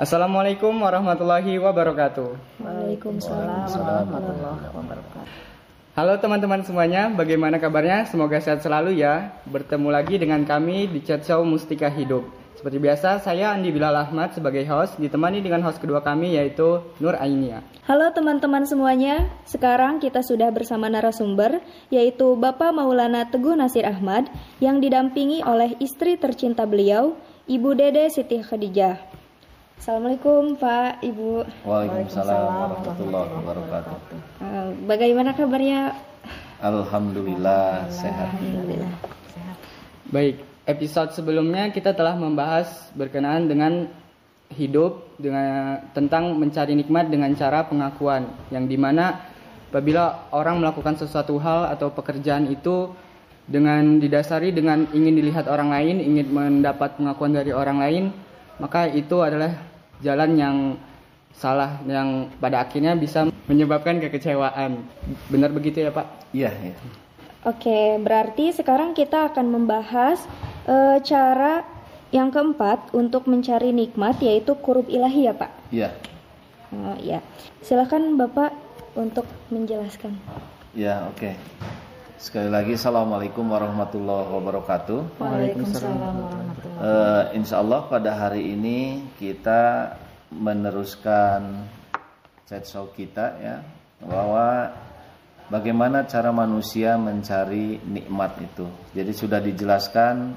Assalamualaikum warahmatullahi wabarakatuh. Waalaikumsalam warahmatullahi wabarakatuh. Halo teman-teman semuanya, bagaimana kabarnya? Semoga sehat selalu ya. Bertemu lagi dengan kami di Chat Show Mustika Hidup. Seperti biasa, saya Andi Bilal Ahmad sebagai host, ditemani dengan host kedua kami yaitu Nur Ainia. Halo teman-teman semuanya, sekarang kita sudah bersama narasumber yaitu Bapak Maulana Teguh Nasir Ahmad yang didampingi oleh istri tercinta beliau, Ibu Dede Siti Khadijah. Assalamualaikum Pak, Ibu. Waalaikumsalam warahmatullahi wabarakatuh. Bagaimana kabarnya? Alhamdulillah sehat. Alhamdulillah. Baik, episode sebelumnya kita telah membahas berkenaan dengan hidup tentang mencari nikmat dengan cara pengakuan, yang dimana apabila orang melakukan sesuatu hal atau pekerjaan itu dengan didasari dengan ingin dilihat orang lain, ingin mendapat pengakuan dari orang lain, maka itu adalah jalan yang salah yang pada akhirnya bisa menyebabkan kekecewaan. Benar begitu ya Pak? Iya. Oke, berarti sekarang kita akan membahas cara yang keempat untuk mencari nikmat, yaitu qurub ilahi ya Pak? Iya. Ya, silakan Bapak untuk menjelaskan. Ya, oke. Sekali lagi Assalamualaikum warahmatullahi wabarakatuh. Waalaikumsalam warahmatullahi wabarakatuh. Insya Allah pada hari ini kita meneruskan chat show kita ya, bahwa bagaimana cara manusia mencari nikmat itu. Jadi sudah dijelaskan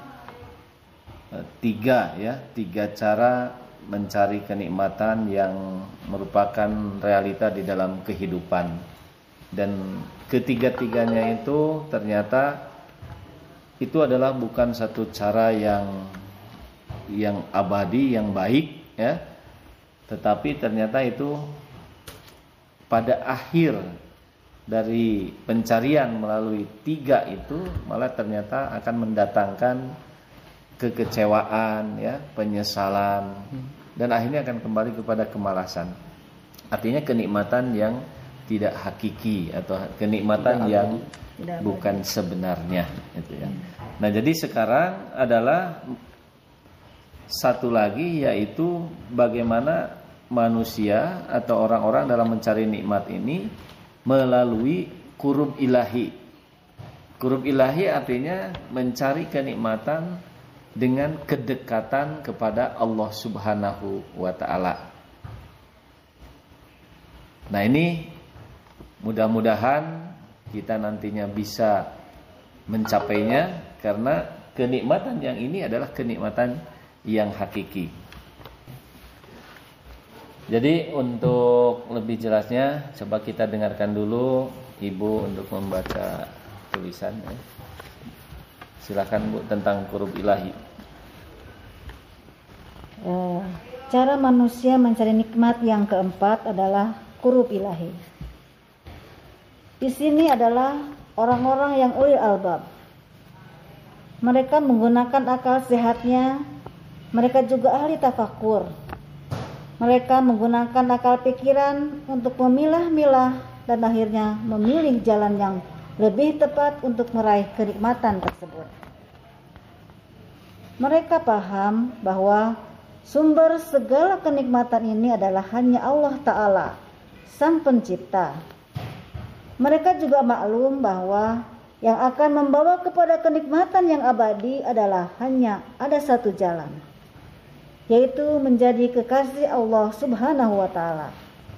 tiga cara mencari kenikmatan yang merupakan realita di dalam kehidupan. Dan ketiga-tiganya itu ternyata itu adalah bukan satu cara yang abadi, yang baik ya, tetapi ternyata itu pada akhir dari pencarian melalui tiga itu malah ternyata akan mendatangkan kekecewaan ya, penyesalan, dan akhirnya akan kembali kepada kemalasan. Artinya kenikmatan yang tidak hakiki atau kenikmatan yang bukan sebenarnya itu ya. Nah, jadi sekarang adalah satu lagi, yaitu bagaimana manusia atau orang-orang dalam mencari nikmat ini melalui qurub ilahi. Qurub ilahi artinya mencari kenikmatan dengan kedekatan kepada Allah Subhanahu wa taala. Nah, ini mudah-mudahan kita nantinya bisa mencapainya, karena kenikmatan yang ini adalah kenikmatan yang hakiki. Jadi untuk lebih jelasnya coba kita dengarkan dulu Ibu untuk membaca tulisan ya. Silakan Bu, tentang qurub ilahi. Cara manusia mencari nikmat yang keempat adalah qurub ilahi. Di sini adalah orang-orang yang ulil albab. Mereka menggunakan akal sehatnya. Mereka juga ahli tafakur. Mereka menggunakan akal pikiran untuk memilah-milah dan akhirnya memilih jalan yang lebih tepat untuk meraih kenikmatan tersebut. Mereka paham bahwa sumber segala kenikmatan ini adalah hanya Allah Ta'ala, Sang Pencipta. Mereka juga maklum bahwa yang akan membawa kepada kenikmatan yang abadi adalah hanya ada satu jalan, yaitu menjadi kekasih Allah Subhanahu wa taala.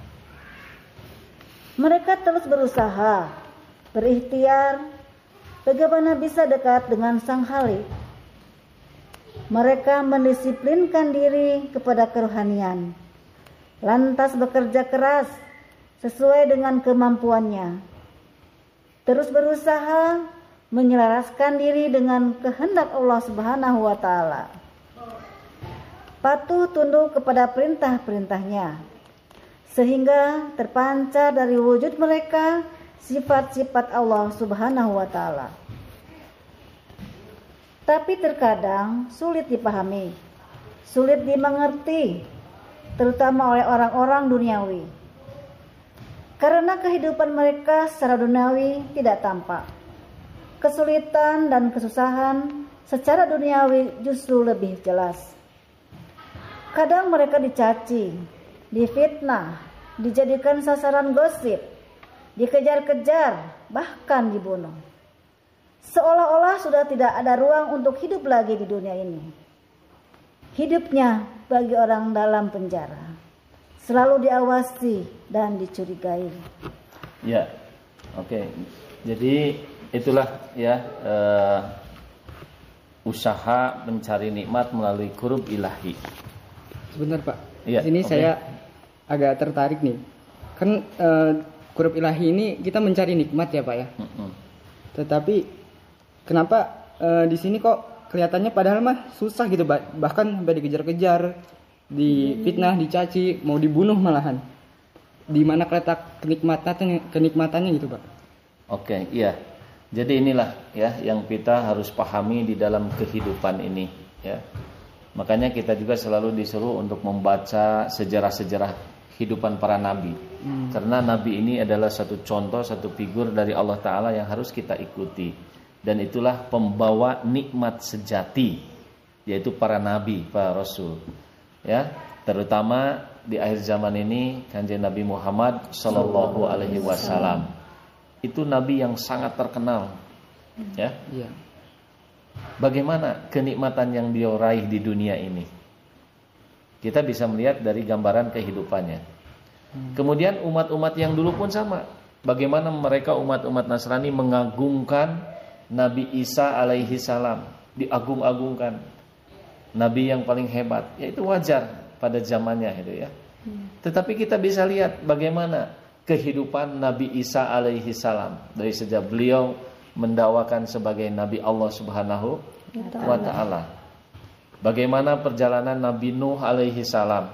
Mereka terus berusaha, berikhtiar bagaimana bisa dekat dengan Sang Khalik. Mereka mendisiplinkan diri kepada kerohanian, lantas bekerja keras sesuai dengan kemampuannya, terus berusaha menyelaraskan diri dengan kehendak Allah Subhanahu wa taala, patuh tunduk kepada perintah-perintahnya, sehingga terpancar dari wujud mereka sifat-sifat Allah Subhanahu wa taala. Tapi terkadang sulit dipahami, sulit dimengerti, terutama oleh orang-orang duniawi. Karena kehidupan mereka secara duniawi tidak tampak. Kesulitan dan kesusahan secara duniawi justru lebih jelas. Kadang mereka dicaci, difitnah, dijadikan sasaran gosip, dikejar-kejar, bahkan dibunuh. Seolah-olah sudah tidak ada ruang untuk hidup lagi di dunia ini. Hidupnya bagi orang dalam penjara, selalu diawasi dan dicurigai. Ya, oke. Jadi itulah ya usaha mencari nikmat melalui huruf ilahi. Sebentar Pak, Iya, sini oke. saya agak tertarik nih. Kan huruf ilahi ini kita mencari nikmat ya Pak ya. Tetapi kenapa di sini kok kelihatannya padahal mah susah gitu, bahkan sampai dikejar-kejar, difitnah, dicaci, mau dibunuh malahan. Di mana letak kenikmatannya gitu Pak? Oke, iya. Jadi inilah ya yang kita harus pahami di dalam kehidupan ini ya. Makanya kita juga selalu disuruh untuk membaca sejarah-sejarah kehidupan para nabi. Karena nabi ini adalah satu contoh, satu figur dari Allah Ta'ala yang harus kita ikuti. Dan itulah pembawa nikmat sejati, yaitu para nabi, para rasul. Ya, terutama di akhir zaman ini Kanjeng Nabi Muhammad Sallallahu Alaihi Wasallam. Itu nabi yang sangat terkenal. Ya. Iya. Bagaimana kenikmatan yang dia raih di dunia ini? Kita bisa melihat dari gambaran kehidupannya. Kemudian umat-umat yang dulu pun sama. Bagaimana mereka umat-umat Nasrani mengagungkan Nabi Isa alaihi salam, diagung-agungkan. Nabi yang paling hebat, yaitu wajar pada zamannya itu ya. Tetapi kita bisa lihat bagaimana kehidupan Nabi Isa alaihi salam dari sejak beliau mendakwakan sebagai Nabi Allah Subhanahu wa Ta'ala. Bagaimana perjalanan Nabi Nuh alaihi salam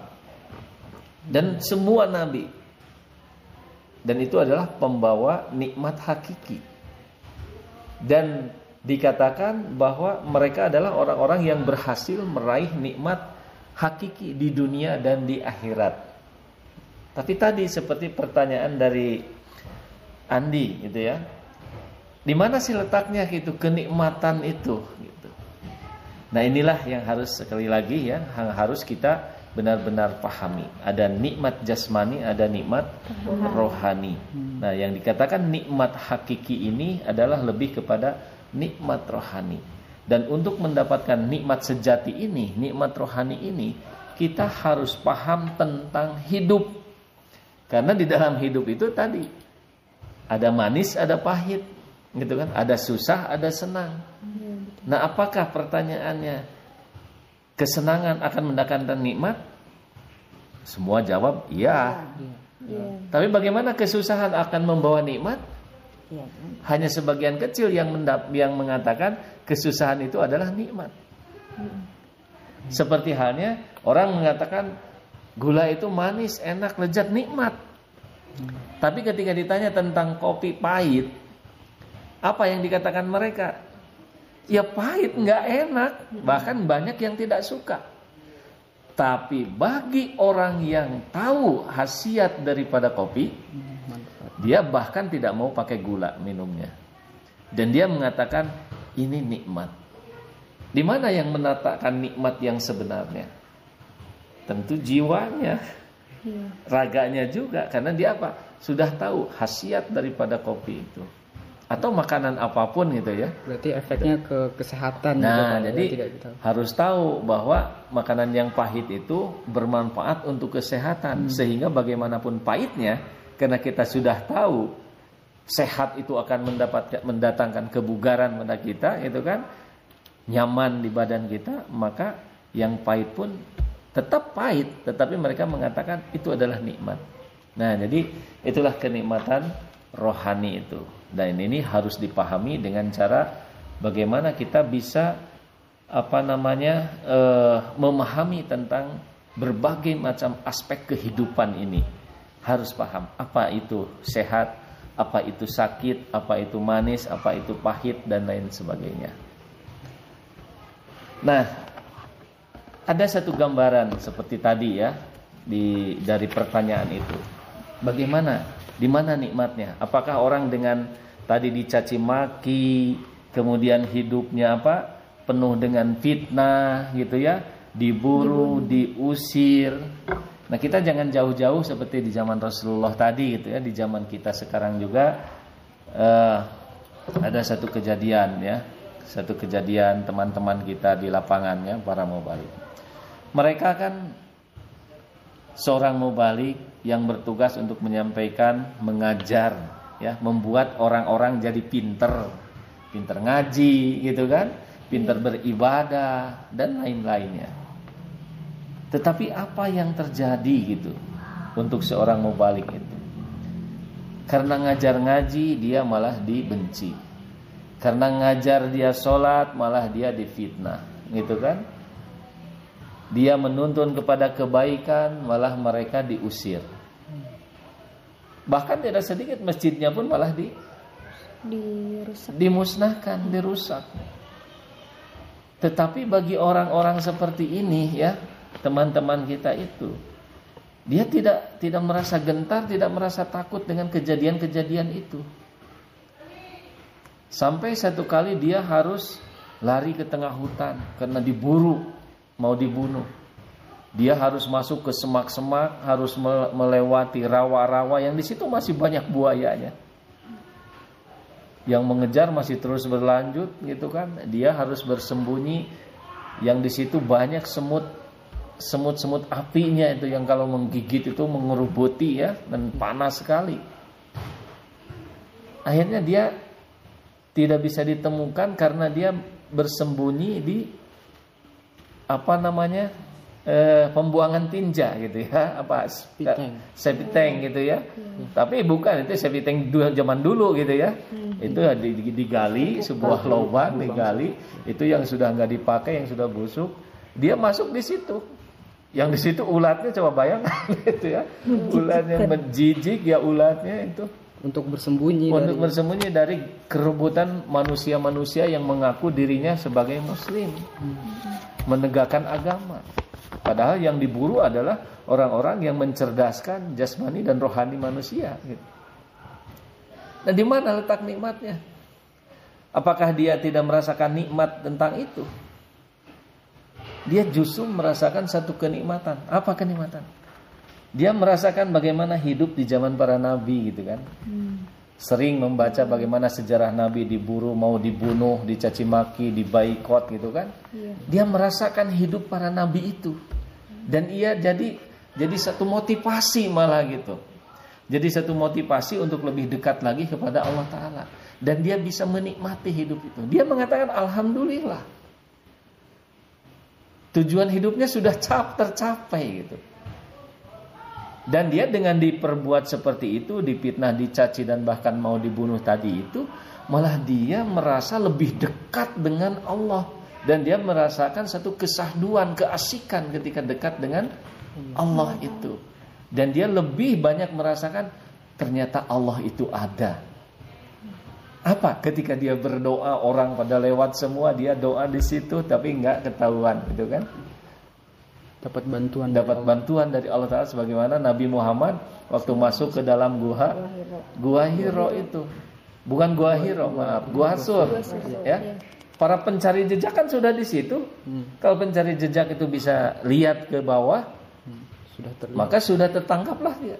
dan semua nabi. Dan itu adalah pembawa nikmat hakiki. Dan dikatakan bahwa mereka adalah orang-orang yang berhasil meraih nikmat hakiki di dunia dan di akhirat. Tapi tadi seperti pertanyaan dari Andi gitu ya. Di mana sih letaknya gitu kenikmatan itu gitu. Nah, inilah yang harus sekali lagi ya, yang harus kita benar-benar pahami. Ada nikmat jasmani, ada nikmat rohani. Nah, yang dikatakan nikmat hakiki ini adalah lebih kepada nikmat rohani. Dan untuk mendapatkan nikmat sejati ini, nikmat rohani ini, kita harus paham tentang hidup. Karena di dalam hidup itu tadi ada manis, ada pahit, gitu kan? Ada susah, ada senang. Nah, apakah pertanyaannya kesenangan akan mendatangkan nikmat? Semua jawab iya. Tapi bagaimana kesusahan akan membawa nikmat? Hanya sebagian kecil yang mengatakan kesusahan itu adalah nikmat. Seperti halnya orang mengatakan gula itu manis, enak, lezat, nikmat. Tapi ketika ditanya tentang kopi pahit, apa yang dikatakan mereka? Ya pahit, nggak enak. Bahkan banyak yang tidak suka. Tapi bagi orang yang tahu khasiat daripada kopi, dia bahkan tidak mau pakai gula minumnya. Dan dia mengatakan ini nikmat. Di mana yang menatakan nikmat yang sebenarnya? Tentu jiwanya, raganya juga. Karena dia apa? Sudah tahu khasiat daripada kopi itu. Atau makanan apapun gitu ya. Berarti efeknya ke kesehatan. Nah, gitu, jadi tidak tahu. harus tahu bahwa makanan yang pahit itu bermanfaat untuk kesehatan. Sehingga bagaimanapun pahitnya, karena kita sudah tahu sehat itu akan mendatangkan kebugaran pada kita, itu kan nyaman di badan kita, maka yang pahit pun tetap pahit, tetapi mereka mengatakan itu adalah nikmat. Nah, jadi itulah kenikmatan rohani itu. Dan ini harus dipahami dengan cara bagaimana kita bisa memahami tentang berbagai macam aspek kehidupan ini. Harus paham apa itu sehat, apa itu sakit, apa itu manis, apa itu pahit dan lain sebagainya. Nah, ada satu gambaran seperti tadi ya dari pertanyaan itu. Bagaimana? Di mana nikmatnya? Apakah orang dengan tadi dicaci maki, kemudian hidupnya penuh dengan fitnah gitu ya, diburu, diusir. Nah, kita jangan jauh-jauh seperti di zaman Rasulullah tadi gitu ya. Di zaman kita sekarang juga ada satu kejadian ya. Satu kejadian teman-teman kita di lapangannya, para mubalik. Mereka kan seorang mubalik yang bertugas untuk menyampaikan, mengajar ya, membuat orang-orang jadi pinter ngaji gitu kan, pinter beribadah dan lain-lainnya. Tetapi apa yang terjadi gitu untuk seorang mubalik itu? Karena ngajar ngaji dia malah dibenci. Karena ngajar dia sholat malah dia difitnah, gitu kan? Dia menuntun kepada kebaikan malah mereka diusir. Bahkan tidak sedikit masjidnya pun malah dimusnahkan, dirusak. Tetapi bagi orang-orang seperti ini ya, teman-teman kita itu, dia tidak merasa gentar, tidak merasa takut dengan kejadian-kejadian itu. Sampai satu kali dia harus lari ke tengah hutan karena diburu, mau dibunuh. Dia harus masuk ke semak-semak, harus melewati rawa-rawa yang di situ masih banyak buayanya. Yang mengejar masih terus berlanjut gitu kan. Dia harus bersembunyi, yang di situ banyak semut apinya itu yang kalau menggigit itu mengerubuti ya, dan panas sekali. Akhirnya dia tidak bisa ditemukan karena dia bersembunyi di pembuangan tinja gitu ya, septic tank gitu ya. Tapi bukan itu septic tank zaman dulu gitu ya. Itu digali sebuah lubang, digali itu yang sudah nggak dipakai, yang sudah busuk, dia masuk di situ. Yang di situ ulatnya, coba bayangkan gitu ya, ulatnya menjijik ya, ulatnya itu untuk bersembunyi dari kerebutan manusia-manusia yang mengaku dirinya sebagai muslim, menegakkan agama. Padahal yang diburu adalah orang-orang yang mencerdaskan jasmani dan rohani manusia gitu. Nah, di mana letak nikmatnya? Apakah dia tidak merasakan nikmat tentang itu? Dia justru merasakan satu kenikmatan. Apa kenikmatan? Dia merasakan bagaimana hidup di zaman para nabi gitu kan. Sering membaca bagaimana sejarah nabi diburu, mau dibunuh, dicaci maki, dibaikot gitu kan. Dia merasakan hidup para nabi itu. Dan ia jadi satu motivasi malah gitu. Jadi satu motivasi untuk lebih dekat lagi kepada Allah Ta'ala. Dan dia bisa menikmati hidup itu. Dia mengatakan alhamdulillah, tujuan hidupnya sudah tercapai gitu. Dan dia dengan diperbuat seperti itu, difitnah, dicaci dan bahkan mau dibunuh tadi itu, malah dia merasa lebih dekat dengan Allah. Dan dia merasakan satu kesahduan, keasikan ketika dekat dengan Allah itu. Dan dia lebih banyak merasakan ternyata Allah itu ada. Apa? Ketika dia berdoa, orang pada lewat semua, dia doa di situ tapi nggak ketahuan gitu kan. Dapat bantuan dari Allah Ta'ala, sebagaimana Nabi Muhammad waktu masuk ke dalam Gua Hiro itu. Bukan Gua Hiro, maaf, Gua Sur ya. Para pencari jejak kan sudah di situ. Kalau pencari jejak itu bisa lihat ke bawah, maka sudah tertangkaplah dia.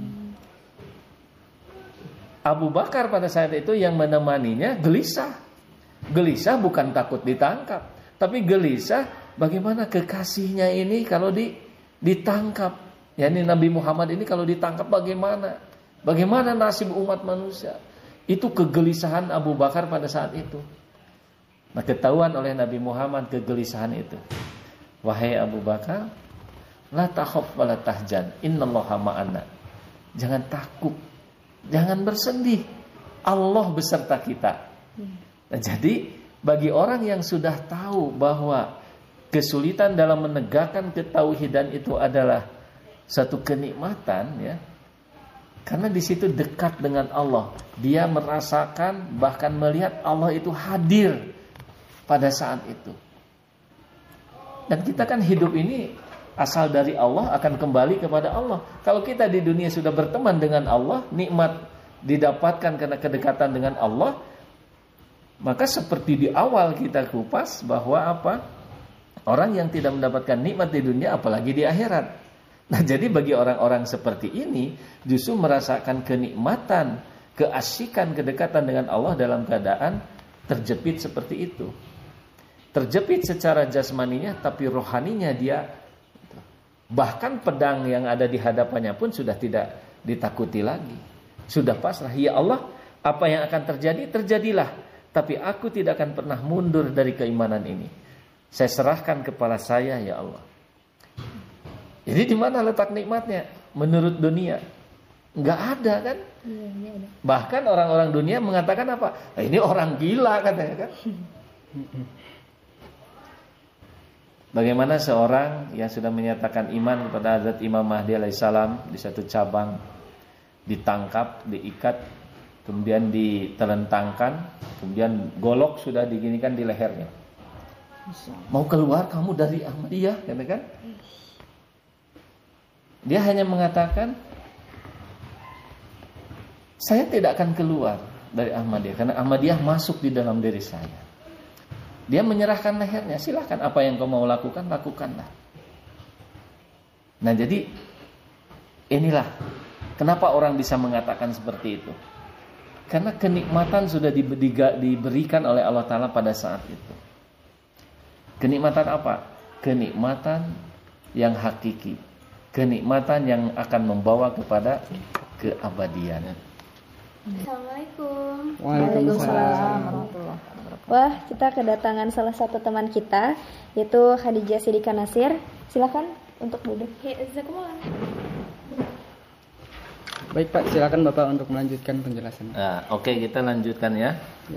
Abu Bakar pada saat itu yang menemaninya gelisah. Gelisah bukan takut ditangkap, tapi gelisah bagaimana kekasihnya ini kalau ditangkap. Ya, ini Nabi Muhammad ini kalau ditangkap bagaimana? Bagaimana nasib umat manusia? Itu kegelisahan Abu Bakar pada saat itu. Nah, ketahuan oleh Nabi Muhammad kegelisahan itu. Wahai Abu Bakar, la takhaf wa la tahzan, innallaha ma'ana. Jangan takut, jangan bersedih. Allah beserta kita. Nah, jadi bagi orang yang sudah tahu bahwa kesulitan dalam menegakkan ketauhidan itu adalah satu kenikmatan ya. Karena di situ dekat dengan Allah. Dia merasakan bahkan melihat Allah itu hadir pada saat itu. Dan kita kan hidup ini asal dari Allah, akan kembali kepada Allah. Kalau kita di dunia sudah berteman dengan Allah, nikmat didapatkan karena kedekatan dengan Allah, maka seperti di awal kita kupas bahwa apa? Orang yang tidak mendapatkan nikmat di dunia apalagi di akhirat. Nah, jadi bagi orang-orang seperti ini justru merasakan kenikmatan, keasikan, kedekatan dengan Allah dalam keadaan terjepit seperti itu. Terjepit secara jasmaninya, tapi rohaninya dia, bahkan pedang yang ada di hadapannya pun sudah tidak ditakuti lagi. Sudah pasrah, ya Allah, apa yang akan terjadi, terjadilah. Tapi aku tidak akan pernah mundur dari keimanan ini. Saya serahkan kepala saya, ya Allah. Jadi di mana letak nikmatnya? Menurut dunia, nggak ada kan? Bahkan orang-orang dunia mengatakan apa? Ini orang gila katanya kan? Bagaimana seorang yang sudah menyatakan iman kepada Hazrat Imam Mahdi alaihissalam di satu cabang ditangkap, diikat, kemudian ditelentangkan, kemudian golok sudah diginikan di lehernya. Mau keluar kamu dari Ahmadiyah, kan? Dia hanya mengatakan, saya tidak akan keluar dari Ahmadiyah karena Ahmadiyah masuk di dalam diri saya. Dia menyerahkan lehernya, silahkan apa yang kau mau lakukan, lakukanlah. Nah, jadi inilah kenapa orang bisa mengatakan seperti itu. Karena kenikmatan sudah diberikan oleh Allah Ta'ala pada saat itu. Kenikmatan apa? Kenikmatan yang hakiki. Kenikmatan yang akan membawa kepada keabadian. Assalamualaikum. Waalaikumsalam. Wah, kita kedatangan salah satu teman kita, yaitu Khadijah Sidika Nasir. Silakan untuk duduk. Baik Pak, silakan Bapak untuk melanjutkan penjelasan. Nah, oke, kita lanjutkan ya. Ya.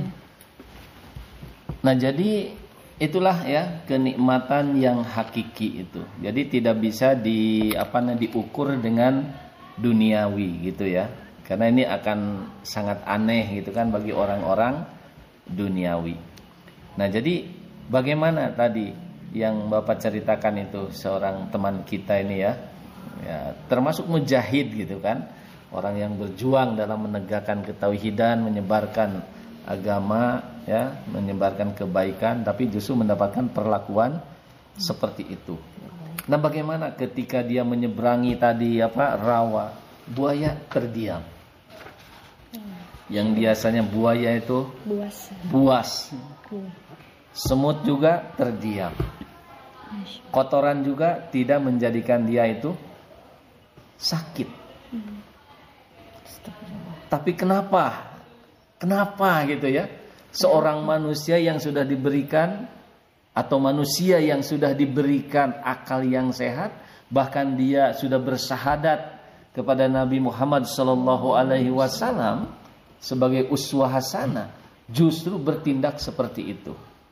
Nah, jadi itulah ya kenikmatan yang hakiki itu. Jadi tidak bisa diukur dengan duniawi gitu ya. Karena ini akan sangat aneh gitu kan bagi orang-orang duniawi. Nah, jadi bagaimana tadi yang Bapak ceritakan itu seorang teman kita ini ya, termasuk mujahid gitu kan, orang yang berjuang dalam menegakkan ketauhidan, menyebarkan agama ya, menyebarkan kebaikan, tapi justru mendapatkan perlakuan seperti itu. Nah, bagaimana ketika dia menyeberangi tadi rawa, buaya terdiam. Yang biasanya buaya itu buas. Semut juga terdiam. Kotoran juga tidak menjadikan dia itu sakit. Tapi kenapa? Kenapa gitu ya? Seorang manusia yang sudah diberikan atau manusia yang sudah diberikan akal yang sehat, bahkan dia sudah bersyahadat kepada Nabi Muhammad SAW sebagai uswah hasanah, justru bertindak seperti itu.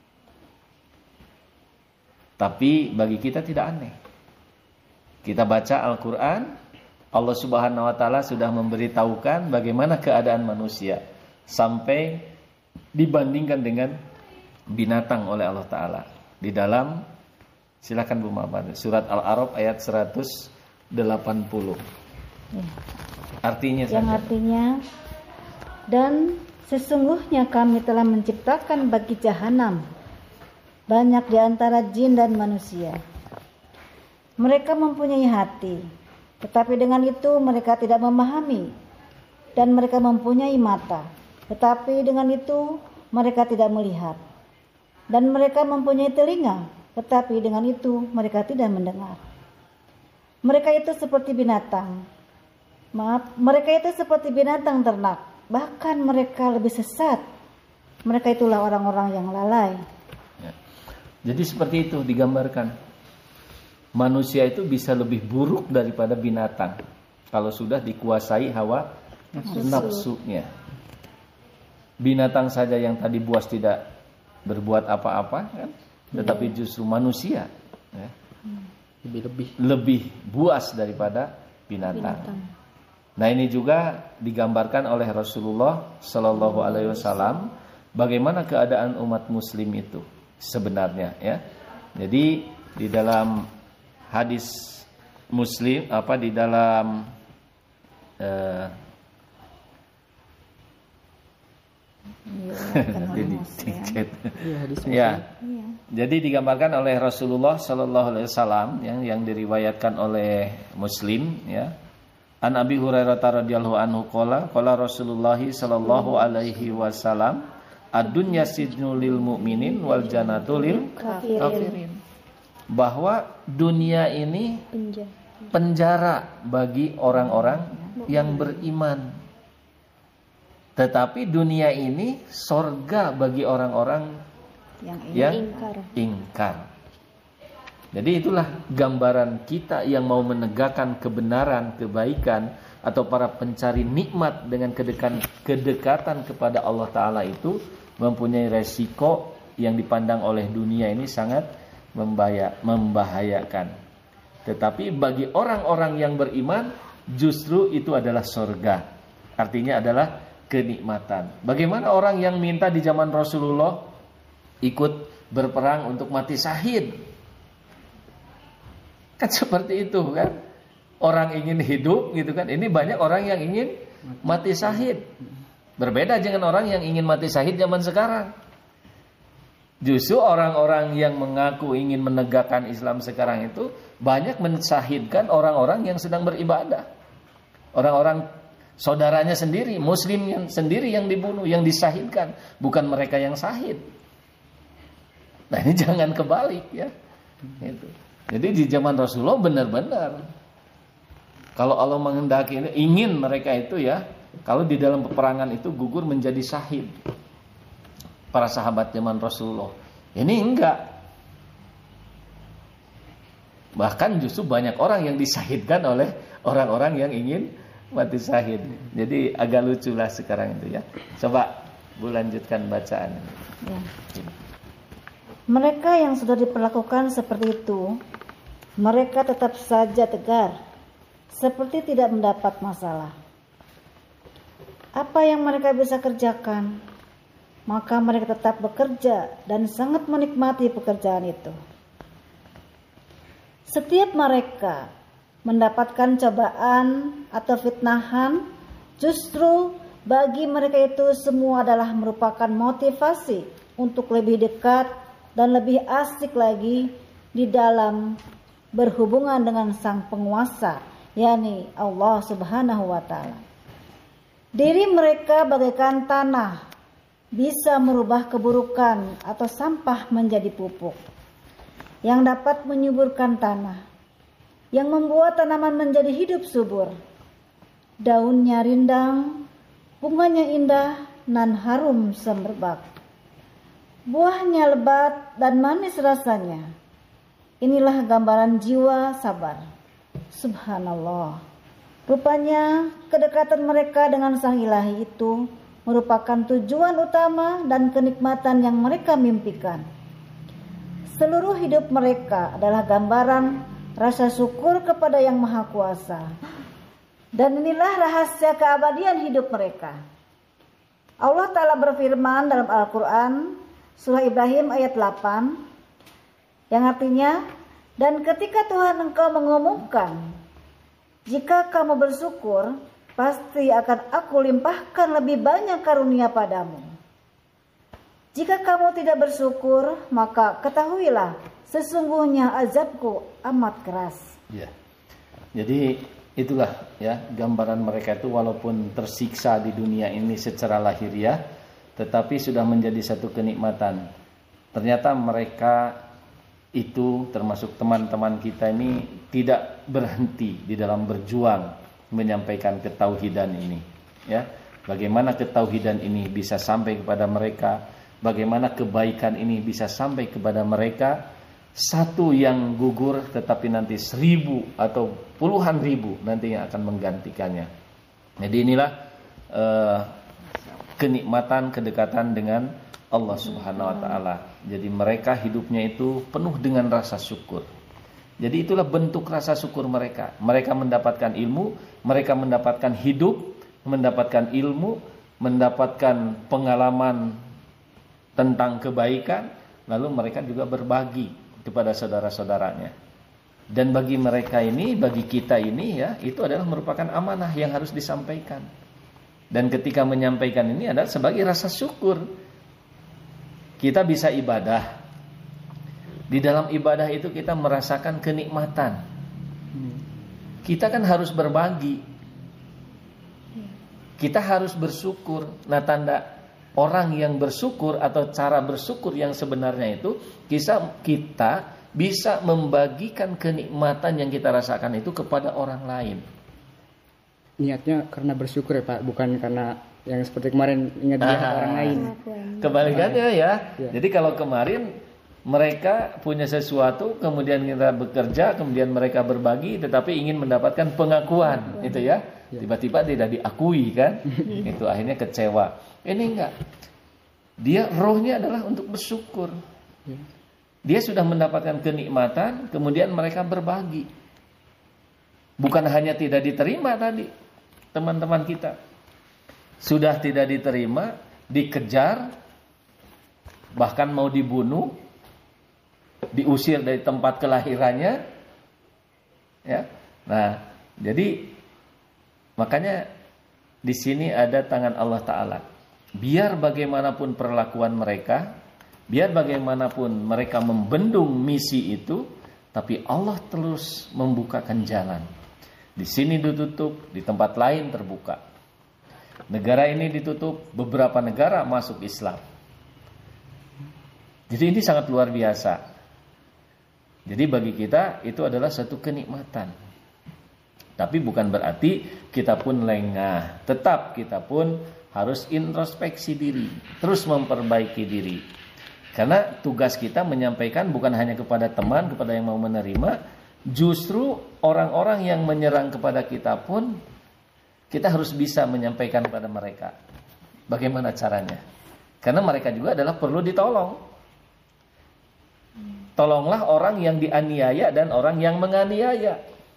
Tapi bagi kita tidak aneh. Kita baca Al-Quran, Allah Subhanahu wa Ta'ala sudah memberitahukan bagaimana keadaan manusia sampai dibandingkan dengan binatang oleh Allah Ta'ala. Di dalam, silakan Bu Ma'bad, surat Al-A'raf ayat 180. Artinya yang saja. Artinya, dan sesungguhnya kami telah menciptakan bagi jahanam banyak di antara jin dan manusia. Mereka mempunyai hati, tetapi dengan itu mereka tidak memahami, dan mereka mempunyai mata, tetapi dengan itu mereka tidak melihat, dan mereka mempunyai telinga, tetapi dengan itu mereka tidak mendengar. Mereka itu seperti binatang. Mereka itu seperti binatang ternak, bahkan mereka lebih sesat. Mereka itulah orang-orang yang lalai. Ya. Jadi seperti itu digambarkan. Manusia itu bisa lebih buruk daripada binatang kalau sudah dikuasai hawa nafsunya. Binatang saja yang tadi buas tidak berbuat apa-apa kan, tetapi justru manusia ya, lebih buas daripada binatang. Nah, ini juga digambarkan oleh Rasulullah Sallallahu Alaihi Wasallam bagaimana keadaan umat Muslim itu sebenarnya ya. Jadi di dalam hadis Muslim di dalam Nanti dicek. Iya, hadis Muslim. Ya. Jadi digambarkan oleh Rasulullah Sallallahu Alaihi Wasallam yang diriwayatkan oleh Muslim, ya. An Abi Hurairah radhiyallahu anhu qala Rasulullah Sallallahu Alaihi Wasallam ad-dunya sijnul lil mu'minin wal jannatu lil kafirin. Bahwa dunia ini penjara bagi orang-orang yang beriman. Tetapi dunia ini sorga bagi orang-orang yang ingkar. Jadi itulah gambaran kita yang mau menegakkan kebenaran, kebaikan, atau para pencari nikmat dengan kedekatan kepada Allah Ta'ala itu mempunyai resiko yang dipandang oleh dunia ini sangat membahayakan. Tetapi bagi orang-orang yang beriman justru itu adalah sorga. Artinya adalah kenikmatan. Bagaimana orang yang minta di zaman Rasulullah ikut berperang untuk mati syahid? Kan seperti itu kan. Orang ingin hidup gitu kan. Ini banyak orang yang ingin mati syahid. Berbeda dengan orang yang ingin mati syahid zaman sekarang. Justru orang-orang yang mengaku ingin menegakkan Islam sekarang itu banyak mensyahidkan orang-orang yang sedang beribadah. Orang-orang saudaranya sendiri, muslim yang sendiri yang dibunuh, yang disyahidkan, bukan mereka yang syahid. Nah ini jangan kebalik ya. Gitu. Jadi di zaman Rasulullah benar-benar kalau Allah menghendaki ingin mereka itu ya, kalau di dalam peperangan itu gugur menjadi syahid. Para sahabat zaman Rasulullah. Ini enggak. Bahkan justru banyak orang yang disyahidkan oleh orang-orang yang ingin mati syahid. Jadi agak lucu lah sekarang itu ya. Coba Bu lanjutkan bacaan. Ya. Mereka yang sudah diperlakukan seperti itu, mereka tetap saja tegar, seperti tidak mendapat masalah. Apa yang mereka bisa kerjakan, maka mereka tetap bekerja dan sangat menikmati pekerjaan itu. Setiap mereka mendapatkan cobaan atau fitnahan, justru bagi mereka itu semua adalah merupakan motivasi untuk lebih dekat dan lebih asik lagi di dalam berhubungan dengan sang penguasa, yakni Allah Subhanahu wa Ta'ala. Diri mereka bagaikan tanah, bisa merubah keburukan atau sampah menjadi pupuk yang dapat menyuburkan tanah, yang membuat tanaman menjadi hidup subur. Daunnya rindang, bunganya indah dan harum semerbak. Buahnya lebat dan manis rasanya. Inilah gambaran jiwa sabar. Subhanallah. Rupanya kedekatan mereka dengan Sang Ilahi itu merupakan tujuan utama dan kenikmatan yang mereka mimpikan. Seluruh hidup mereka adalah gambaran rasa syukur kepada Yang Maha Kuasa. Dan inilah rahasia keabadian hidup mereka. Allah Ta'ala berfirman dalam Al-Quran, Surah Ibrahim ayat 8, yang artinya, dan ketika Tuhan engkau mengumumkan, jika kamu bersyukur, pasti akan aku limpahkan lebih banyak karunia padamu. Jika kamu tidak bersyukur, maka ketahuilah, sesungguhnya azabku amat keras. Ya. Jadi itulah ya gambaran mereka itu, walaupun tersiksa di dunia ini secara lahiriah, tetapi sudah menjadi satu kenikmatan. Ternyata mereka itu termasuk teman-teman kita ini tidak berhenti di dalam berjuang menyampaikan ketauhidan ini. Ya, bagaimana ketauhidan ini bisa sampai kepada mereka, bagaimana kebaikan ini bisa sampai kepada mereka. Satu yang gugur, tetapi nanti 1000 atau puluhan ribu nanti yang akan menggantikannya. Jadi inilah kenikmatan kedekatan dengan Allah Subhanahu wa Ta'ala. Jadi mereka hidupnya itu penuh dengan rasa syukur. Jadi itulah bentuk rasa syukur mereka. Mereka mendapatkan ilmu, mereka mendapatkan hidup, mendapatkan ilmu, mendapatkan pengalaman tentang kebaikan, lalu mereka juga berbagi kepada saudara-saudaranya. Dan bagi mereka ini, bagi kita ini ya, itu adalah merupakan amanah yang harus disampaikan. Dan ketika menyampaikan ini adalah sebagai rasa syukur. Kita bisa ibadah. Di dalam ibadah itu kita merasakan kenikmatan. Kita kan harus berbagi. Kita harus bersyukur. Nah, tanda orang yang bersyukur atau cara bersyukur yang sebenarnya itu kita bisa membagikan kenikmatan yang kita rasakan itu kepada orang lain. Niatnya karena bersyukur ya Pak, bukan karena yang seperti kemarin ingat lihat orang lain. Kebalikannya ya. Jadi kalau kemarin mereka punya sesuatu, kemudian kita bekerja, kemudian mereka berbagi, tetapi ingin mendapatkan pengakuan, itu ya. Tiba-tiba tidak diakui kan, itu akhirnya kecewa. Ini enggak. Dia rohnya adalah untuk bersyukur. Dia sudah mendapatkan kenikmatan, kemudian mereka berbagi. Bukan hanya tidak diterima tadi. Teman-teman kita sudah tidak diterima, dikejar, bahkan mau dibunuh, diusir dari tempat kelahirannya, ya. Nah, jadi makanya di sini ada tangan Allah Ta'ala. Biar bagaimanapun perlakuan mereka, biar bagaimanapun mereka membendung misi itu, tapi Allah terus membukakan jalan. Di sini ditutup, di tempat lain terbuka. Negara ini ditutup, beberapa negara masuk Islam. Jadi ini sangat luar biasa. Jadi bagi kita itu adalah satu kenikmatan. Tapi bukan berarti kita pun lengah. Tetap kita pun harus introspeksi diri, terus memperbaiki diri. Karena tugas kita menyampaikan bukan hanya kepada teman, kepada yang mau menerima. Justru orang-orang yang menyerang kepada kita pun kita harus bisa menyampaikan kepada mereka. Bagaimana caranya? Karena mereka juga adalah perlu ditolong. Tolonglah orang yang dianiaya dan orang yang menganiaya.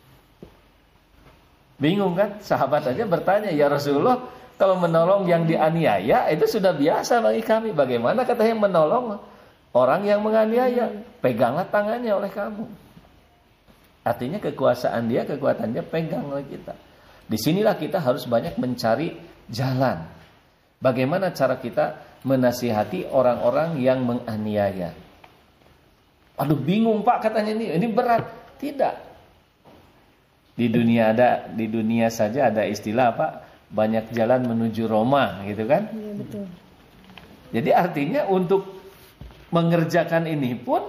Bingung kan? Sahabat aja bertanya, ya Rasulullah, kalau menolong yang dianiaya itu sudah biasa bagi kami. Bagaimana katanya menolong orang yang menganiaya? Peganglah tangannya oleh kamu. Artinya kekuasaan dia, kekuatan dia pegang oleh kita. Disinilah kita harus banyak mencari jalan. Bagaimana cara kita menasihati orang-orang yang menganiaya. Aduh bingung Pak katanya ini berat. Tidak. Di dunia saja ada istilah Pak, banyak jalan menuju Roma gitu kan? Iya betul. Jadi artinya untuk mengerjakan ini pun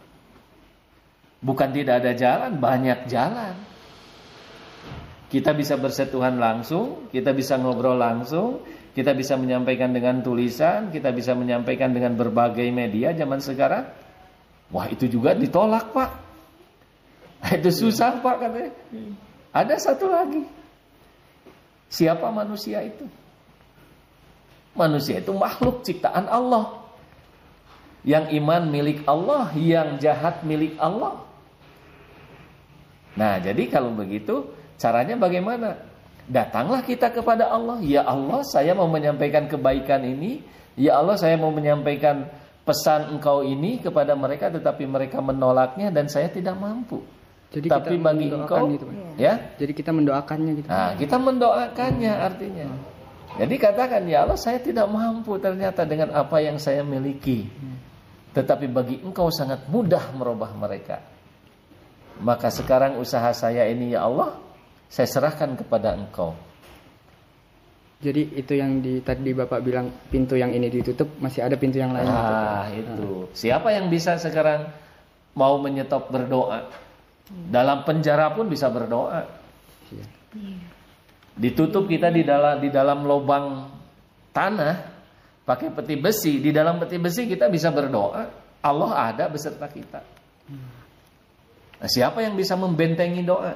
bukan tidak ada jalan, banyak jalan. Kita bisa bersentuhan langsung, kita bisa ngobrol langsung, kita bisa menyampaikan dengan tulisan, kita bisa menyampaikan dengan berbagai media zaman sekarang. Wah itu juga ditolak Pak. Itu susah Pak katanya. Ada satu lagi. Siapa manusia itu? Manusia itu makhluk ciptaan Allah. Yang iman milik Allah, yang jahat milik Allah. Nah jadi kalau begitu caranya bagaimana? Datanglah kita kepada Allah. Ya Allah saya mau menyampaikan kebaikan ini. Ya Allah saya mau menyampaikan pesan engkau ini kepada mereka. Tetapi mereka menolaknya dan saya tidak mampu. Jadi tapi kita bagi engkau gitu, ya. Jadi kita mendoakannya gitu. Nah kita mendoakannya artinya. Jadi katakan ya Allah saya tidak mampu ternyata dengan apa yang saya miliki. Tetapi bagi engkau sangat mudah merubah mereka. Maka sekarang usaha saya ini ya Allah, saya serahkan kepada engkau. Jadi itu yang tadi Bapak bilang pintu yang ini ditutup, masih ada pintu yang lain. Itu. Siapa yang bisa sekarang mau menyetop berdoa? Dalam penjara pun bisa berdoa. Ditutup kita di dalam lubang tanah pakai peti besi. Di dalam peti besi kita bisa berdoa. Allah ada beserta kita. Nah, siapa yang bisa membentengi doa?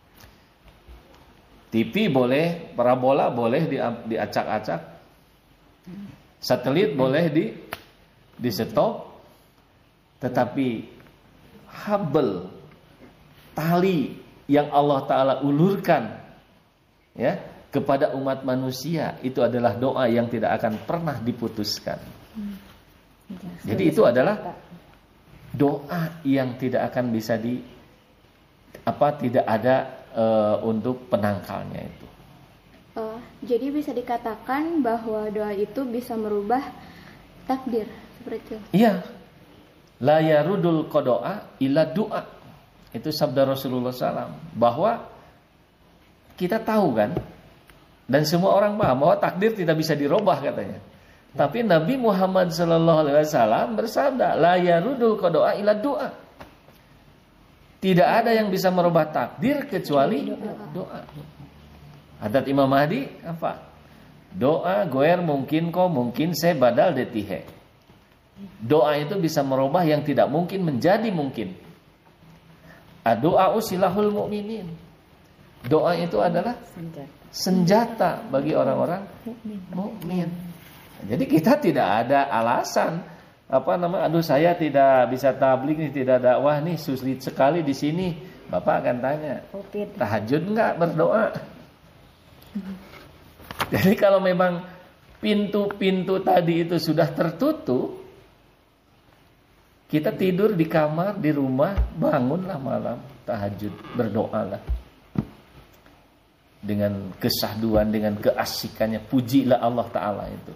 TV boleh, parabola boleh diacak-acak. Satelit boleh di stop. Tetapi habel, tali yang Allah Ta'ala ulurkan ya kepada umat manusia, itu adalah doa yang tidak akan pernah diputuskan. Jadi itu adalah doa yang tidak akan bisa tidak ada untuk penangkalnya itu. Jadi bisa dikatakan bahwa doa itu bisa merubah takdir seperti itu. Iya. La yarudul qada'a illa du'a. Itu sabda Rasulullah SAW. Bahwa kita tahu kan, dan semua orang paham bahwa takdir tidak bisa dirubah katanya. Tapi Nabi Muhammad SAW bersabda, la yarudul qada'a illa du'a. Tidak ada yang bisa merubah takdir kecuali doa. Hadat Imam Mahdi apa? Doa goer mungkin kau mungkin saya badal detihe. Doa itu bisa merubah yang tidak mungkin menjadi mungkin. Doa usilahul mu'minin. Doa itu adalah senjata bagi orang-orang mukmin. Jadi kita tidak ada alasan aduh saya tidak bisa tabligh nih, tidak dakwah nih, sulit sekali di sini. Bapak akan tanya, tahajud enggak berdoa? Jadi kalau memang pintu-pintu tadi itu sudah tertutup, kita tidur di kamar, di rumah, bangunlah malam, tahajud, berdoalah. Dengan kesahduan, dengan keasikannya, pujilah Allah Ta'ala itu.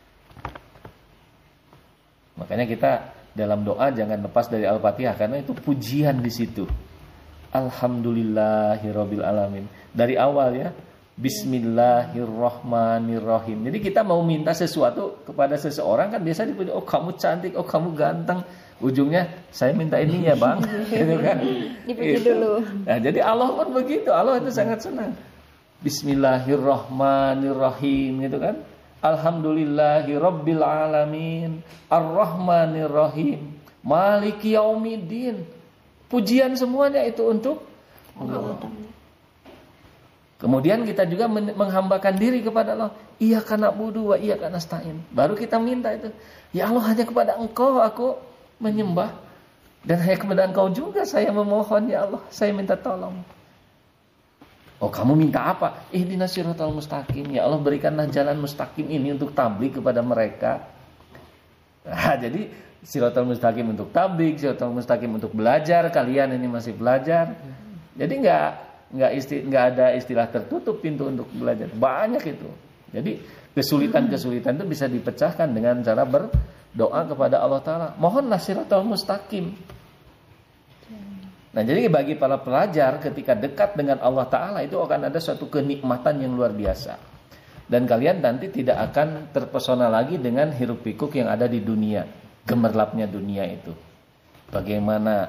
Makanya kita dalam doa jangan lepas dari Al-Fatihah, karena itu pujian di situ. Alhamdulillahirabbil alamin. Dari awal ya, Bismillahirrahmanirrahim. Jadi kita mau minta sesuatu kepada seseorang kan biasa dipuji, oh kamu cantik, oh kamu ganteng. Ujungnya saya minta ini ya bang, gitu kan? Dipuji dulu. Nah, jadi Allah pun begitu. Allah itu sangat senang. Bismillahirrahmanirrahim, gitu kan? Alhamdulillahirabbil alamin, Ar-Rahmanirrahim, Maliki yaumiddin. Pujian semuanya itu untuk Allah. Kemudian kita juga menghambakan diri kepada Allah. Iyyaka na'budu wa iyyaka nasta'in. Baru kita minta itu. Ya Allah, hanya kepada Engkau aku menyembah, dan hanya kepada Engkau juga saya memohon ya Allah, saya minta tolong. Oh, kamu minta apa? Ihdinas siratal mustaqim. Ya Allah, berikanlah jalan mustaqim ini untuk tabligh kepada mereka. Nah, jadi siratal mustaqim untuk tabligh, siratal mustaqim untuk belajar. Kalian ini masih belajar. Jadi nggak ada istilah tertutup pintu untuk belajar. Banyak itu. Jadi kesulitan-kesulitan itu bisa dipecahkan dengan cara berdoa kepada Allah Ta'ala. Mohonlah siratal mustaqim. Nah, jadi bagi para pelajar ketika dekat dengan Allah Ta'ala itu akan ada suatu kenikmatan yang luar biasa. Dan kalian nanti tidak akan terpesona lagi dengan hiruk pikuk yang ada di dunia, gemerlapnya dunia itu. Bagaimana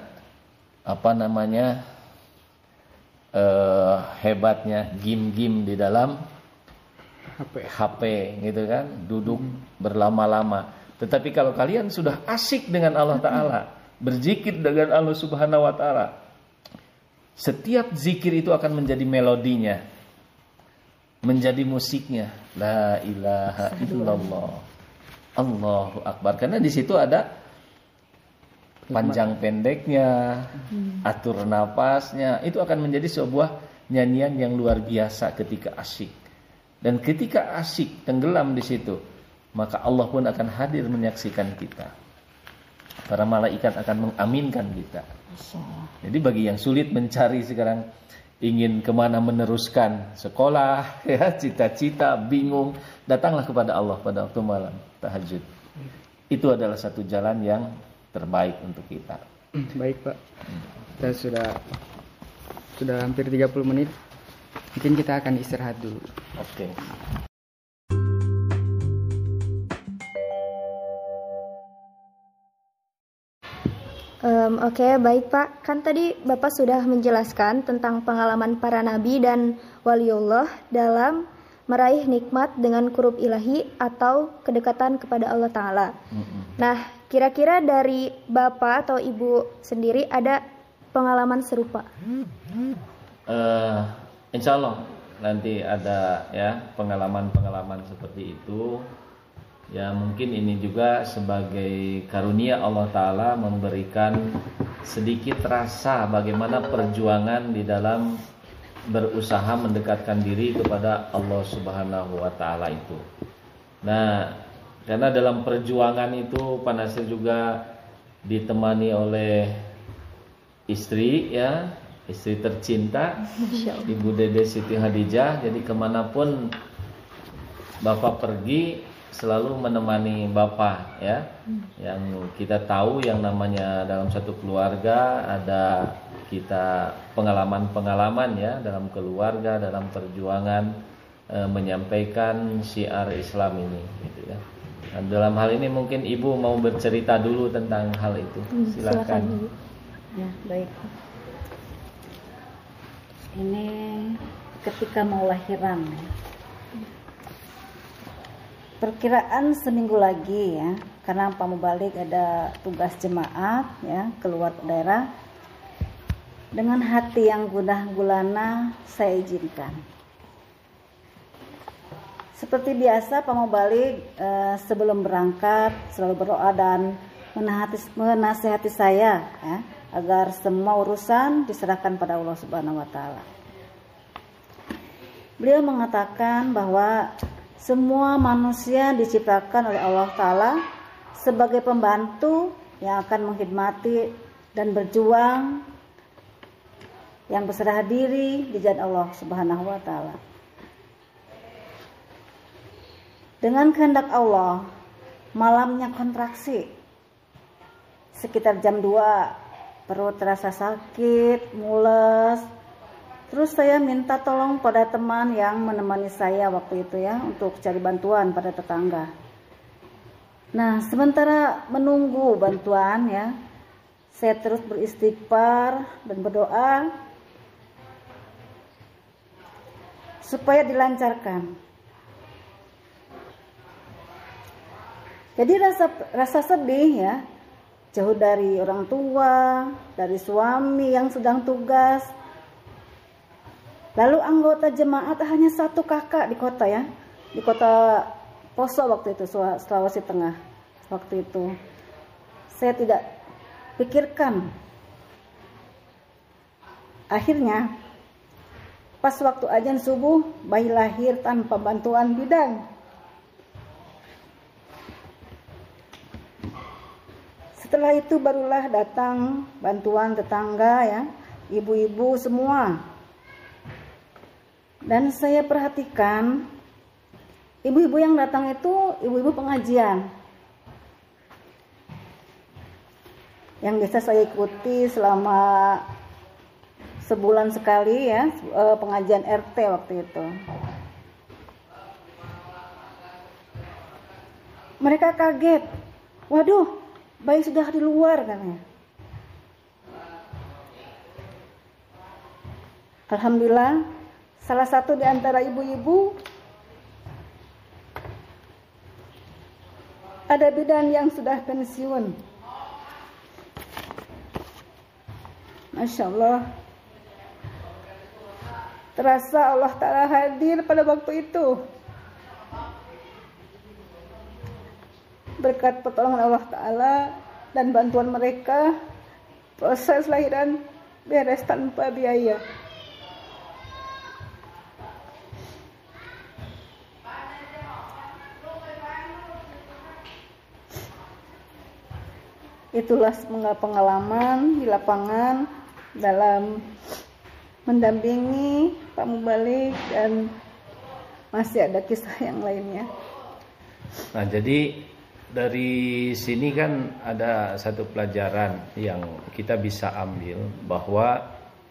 hebatnya game-game di dalam HP gitu kan, duduk berlama-lama. Tetapi kalau kalian sudah asik dengan Allah Ta'ala, berzikir dengan Allah Subhanahu wa Ta'ala, setiap zikir itu akan menjadi melodinya, menjadi musiknya. La ilaha illallah, Allahu Akbar. Karena di situ ada panjang pendeknya, atur napasnya. Itu akan menjadi sebuah nyanyian yang luar biasa ketika asyik. Dan ketika asyik tenggelam di situ, maka Allah pun akan hadir menyaksikan kita. Para malaikat akan mengaminkan kita. Jadi bagi yang sulit mencari sekarang, ingin kemana meneruskan sekolah, ya, cita-cita, bingung, datanglah kepada Allah pada waktu malam tahajud. Itu adalah satu jalan yang terbaik untuk kita. Baik Pak, kita sudah hampir 30 menit. Mungkin kita akan istirahat dulu. Oke. Oke, baik Pak. Kan tadi Bapak sudah menjelaskan tentang pengalaman para nabi dan waliullah dalam meraih nikmat dengan qurub ilahi atau kedekatan kepada Allah Ta'ala. Nah, kira-kira dari Bapak atau Ibu sendiri ada pengalaman serupa? Insya Allah nanti ada ya pengalaman-pengalaman seperti itu. Ya mungkin ini juga sebagai karunia Allah Ta'ala memberikan sedikit rasa bagaimana perjuangan di dalam berusaha mendekatkan diri kepada Allah Subhanahu wa Ta'ala itu. Nah, karena dalam perjuangan itu Pak Nasir juga ditemani oleh istri ya, istri tercinta Ibu Dede Siti Hadijah. Jadi kemanapun Bapak pergi selalu menemani Bapak ya. Yang kita tahu yang namanya dalam satu keluarga ada kita pengalaman-pengalaman ya dalam keluarga, dalam perjuangan menyampaikan syiar Islam ini gitu ya. Dan dalam hal ini mungkin Ibu mau bercerita dulu tentang hal itu. Silakan. Ya, baik. Ini ketika mau lahiran ya. Perkiraan seminggu lagi ya, karena Pak Mubalik ada tugas jemaat ya keluar daerah. Dengan hati yang gundah gulana saya izinkan. Seperti biasa Pak Mubalik sebelum berangkat selalu berdoa dan menasihati saya ya, agar semua urusan diserahkan pada Allah Subhanahu wa taala. Beliau mengatakan bahwa semua manusia diciptakan oleh Allah Ta'ala sebagai pembantu yang akan mengkhidmati dan berjuang yang berserah diri di jalan Allah Subhanahu wa Ta'ala. Dengan kehendak Allah, malamnya kontraksi. Sekitar jam 2, perut terasa sakit, mules. Terus saya minta tolong pada teman yang menemani saya waktu itu ya untuk cari bantuan pada tetangga. Nah, sementara menunggu bantuan ya, saya terus beristighfar dan berdoa supaya dilancarkan. Jadi rasa sedih ya, jauh dari orang tua, dari suami yang sedang tugas. Lalu anggota jemaat hanya satu kakak di kota ya, di kota Poso waktu itu, Sulawesi Tengah. Waktu itu saya tidak pikirkan. Akhirnya pas waktu azan subuh, bayi lahir tanpa bantuan bidan. Setelah itu barulah datang bantuan tetangga ya, ibu-ibu semua. Dan saya perhatikan ibu-ibu yang datang itu ibu-ibu pengajian yang biasa saya ikuti selama sebulan sekali ya, pengajian RT waktu itu. Mereka kaget, waduh, bayi sudah di luar katanya. Alhamdulillah, salah satu di antara ibu-ibu ada bidan yang sudah pensiun. Masya Allah, terasa Allah Ta'ala hadir pada waktu itu. Berkat pertolongan Allah Ta'ala dan bantuan mereka, proses lahiran beres tanpa biaya. Itulah pengalaman di lapangan dalam mendampingi Pak Mubalik, dan masih ada kisah yang lainnya. Nah, jadi dari sini kan ada satu pelajaran yang kita bisa ambil, bahwa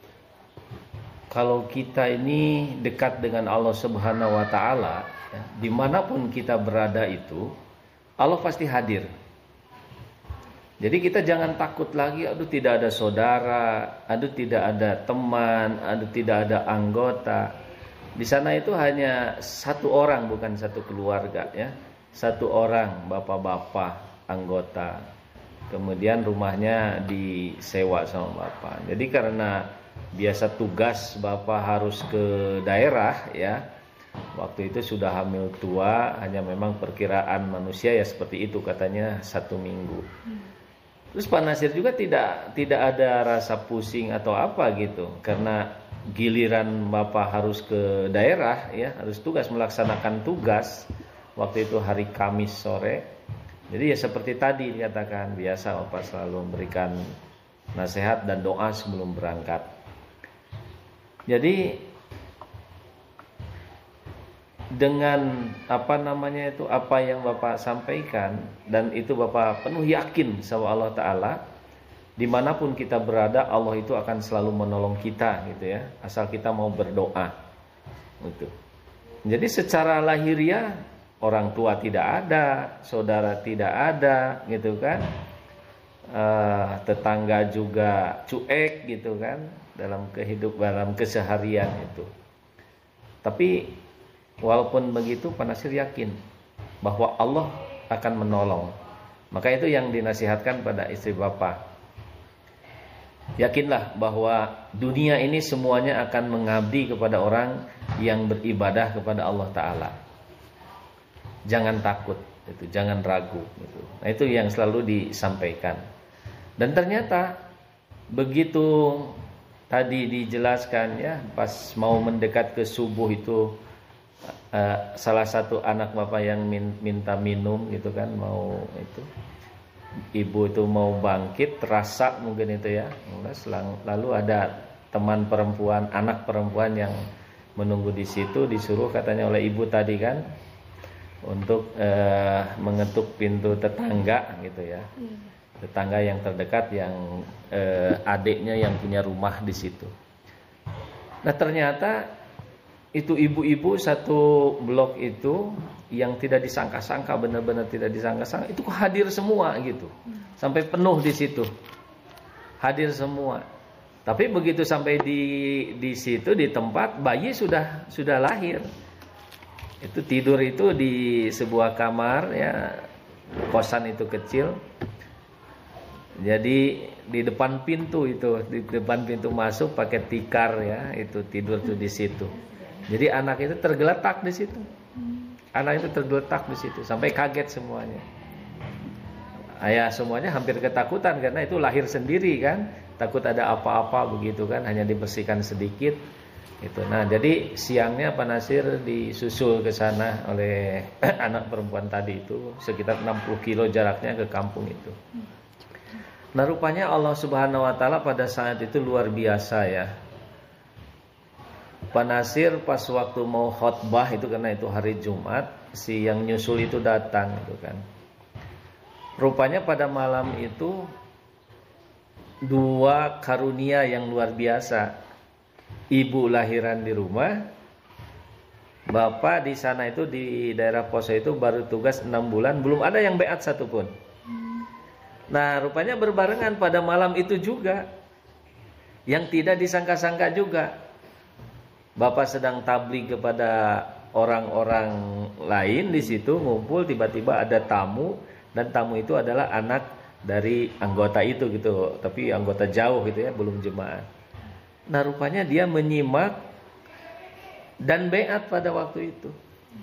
kalau kita ini dekat dengan Allah Subhanahu wa Ta'ala ya, dimanapun kita berada itu Allah pasti hadir. Jadi kita jangan takut lagi, aduh tidak ada saudara, aduh tidak ada teman, aduh tidak ada anggota. Di sana itu hanya satu orang, bukan satu keluarga ya. Satu orang, bapak-bapak, anggota. Kemudian rumahnya disewa sama bapak. Jadi karena biasa tugas bapak harus ke daerah ya. Waktu itu sudah hamil tua, hanya memang perkiraan manusia ya seperti itu, katanya 1 minggu. Terus Pak Nasir juga tidak ada rasa pusing atau apa gitu, karena giliran bapak harus ke daerah ya, harus tugas melaksanakan tugas. Waktu itu hari Kamis sore. Jadi ya seperti tadi dikatakan, biasa bapak selalu memberikan nasihat dan doa sebelum berangkat. Jadi dengan apa yang Bapak sampaikan, dan itu Bapak penuh yakin sama Allah Ta'ala, dimanapun kita berada Allah itu akan selalu menolong kita gitu ya, asal kita mau berdoa gitu. Jadi secara lahiriah orang tua tidak ada, saudara tidak ada gitu kan, tetangga juga cuek gitu kan dalam dalam keseharian itu. Tapi walaupun begitu Pak Nasir yakin bahwa Allah akan menolong. Maka itu yang dinasihatkan pada istri Bapak. Yakinlah bahwa dunia ini semuanya akan mengabdi kepada orang yang beribadah kepada Allah Ta'ala. Jangan takut, jangan ragu. Nah, itu yang selalu disampaikan. Dan ternyata begitu tadi dijelaskan ya, pas mau mendekat ke subuh itu, salah satu anak Bapak yang minta minum gitu kan, mau itu ibu itu mau bangkit, terasa mungkin itu ya. Lalu ada teman perempuan, anak perempuan yang menunggu di situ, disuruh katanya oleh ibu tadi kan untuk mengetuk pintu tetangga gitu ya. Tetangga yang terdekat yang adiknya yang punya rumah di situ. Nah, ternyata itu ibu-ibu satu blok itu yang tidak disangka-sangka, benar-benar tidak disangka-sangka, itu hadir semua gitu. Sampai penuh di situ. Hadir semua. Tapi begitu sampai di situ, di tempat, bayi sudah lahir. Itu tidur itu di sebuah kamar ya, kosan itu kecil. Jadi di depan pintu itu, di depan pintu masuk pakai tikar ya, itu tidur tuh di situ. Jadi anak itu tergeletak di situ. Anak itu tergeletak di situ sampai kaget semuanya. Ayah semuanya hampir ketakutan karena itu lahir sendiri kan, takut ada apa-apa begitu kan, hanya dibersihkan sedikit. Itu. Nah, jadi siangnya Pak Nasir disusul ke sana oleh anak perempuan tadi itu, sekitar 60 kilo jaraknya ke kampung itu. Nah, rupanya Allah Subhanahu wa taala pada saat itu luar biasa ya. Pak Nasir pas waktu mau khotbah itu, karena itu hari Jumat, si yang nyusul itu datang gitu kan. Rupanya pada malam itu dua karunia yang luar biasa. Ibu lahiran di rumah, bapak di sana itu di daerah Poso itu baru tugas 6 bulan, belum ada yang beat satupun. Nah, rupanya berbarengan pada malam itu juga, yang tidak disangka-sangka juga. Bapak sedang tabligh kepada orang-orang lain di situ, ngumpul, tiba-tiba ada tamu, dan tamu itu adalah anak dari anggota itu gitu, tapi anggota jauh gitu ya, belum jemaah. Nah, rupanya dia menyimak dan beat pada waktu itu.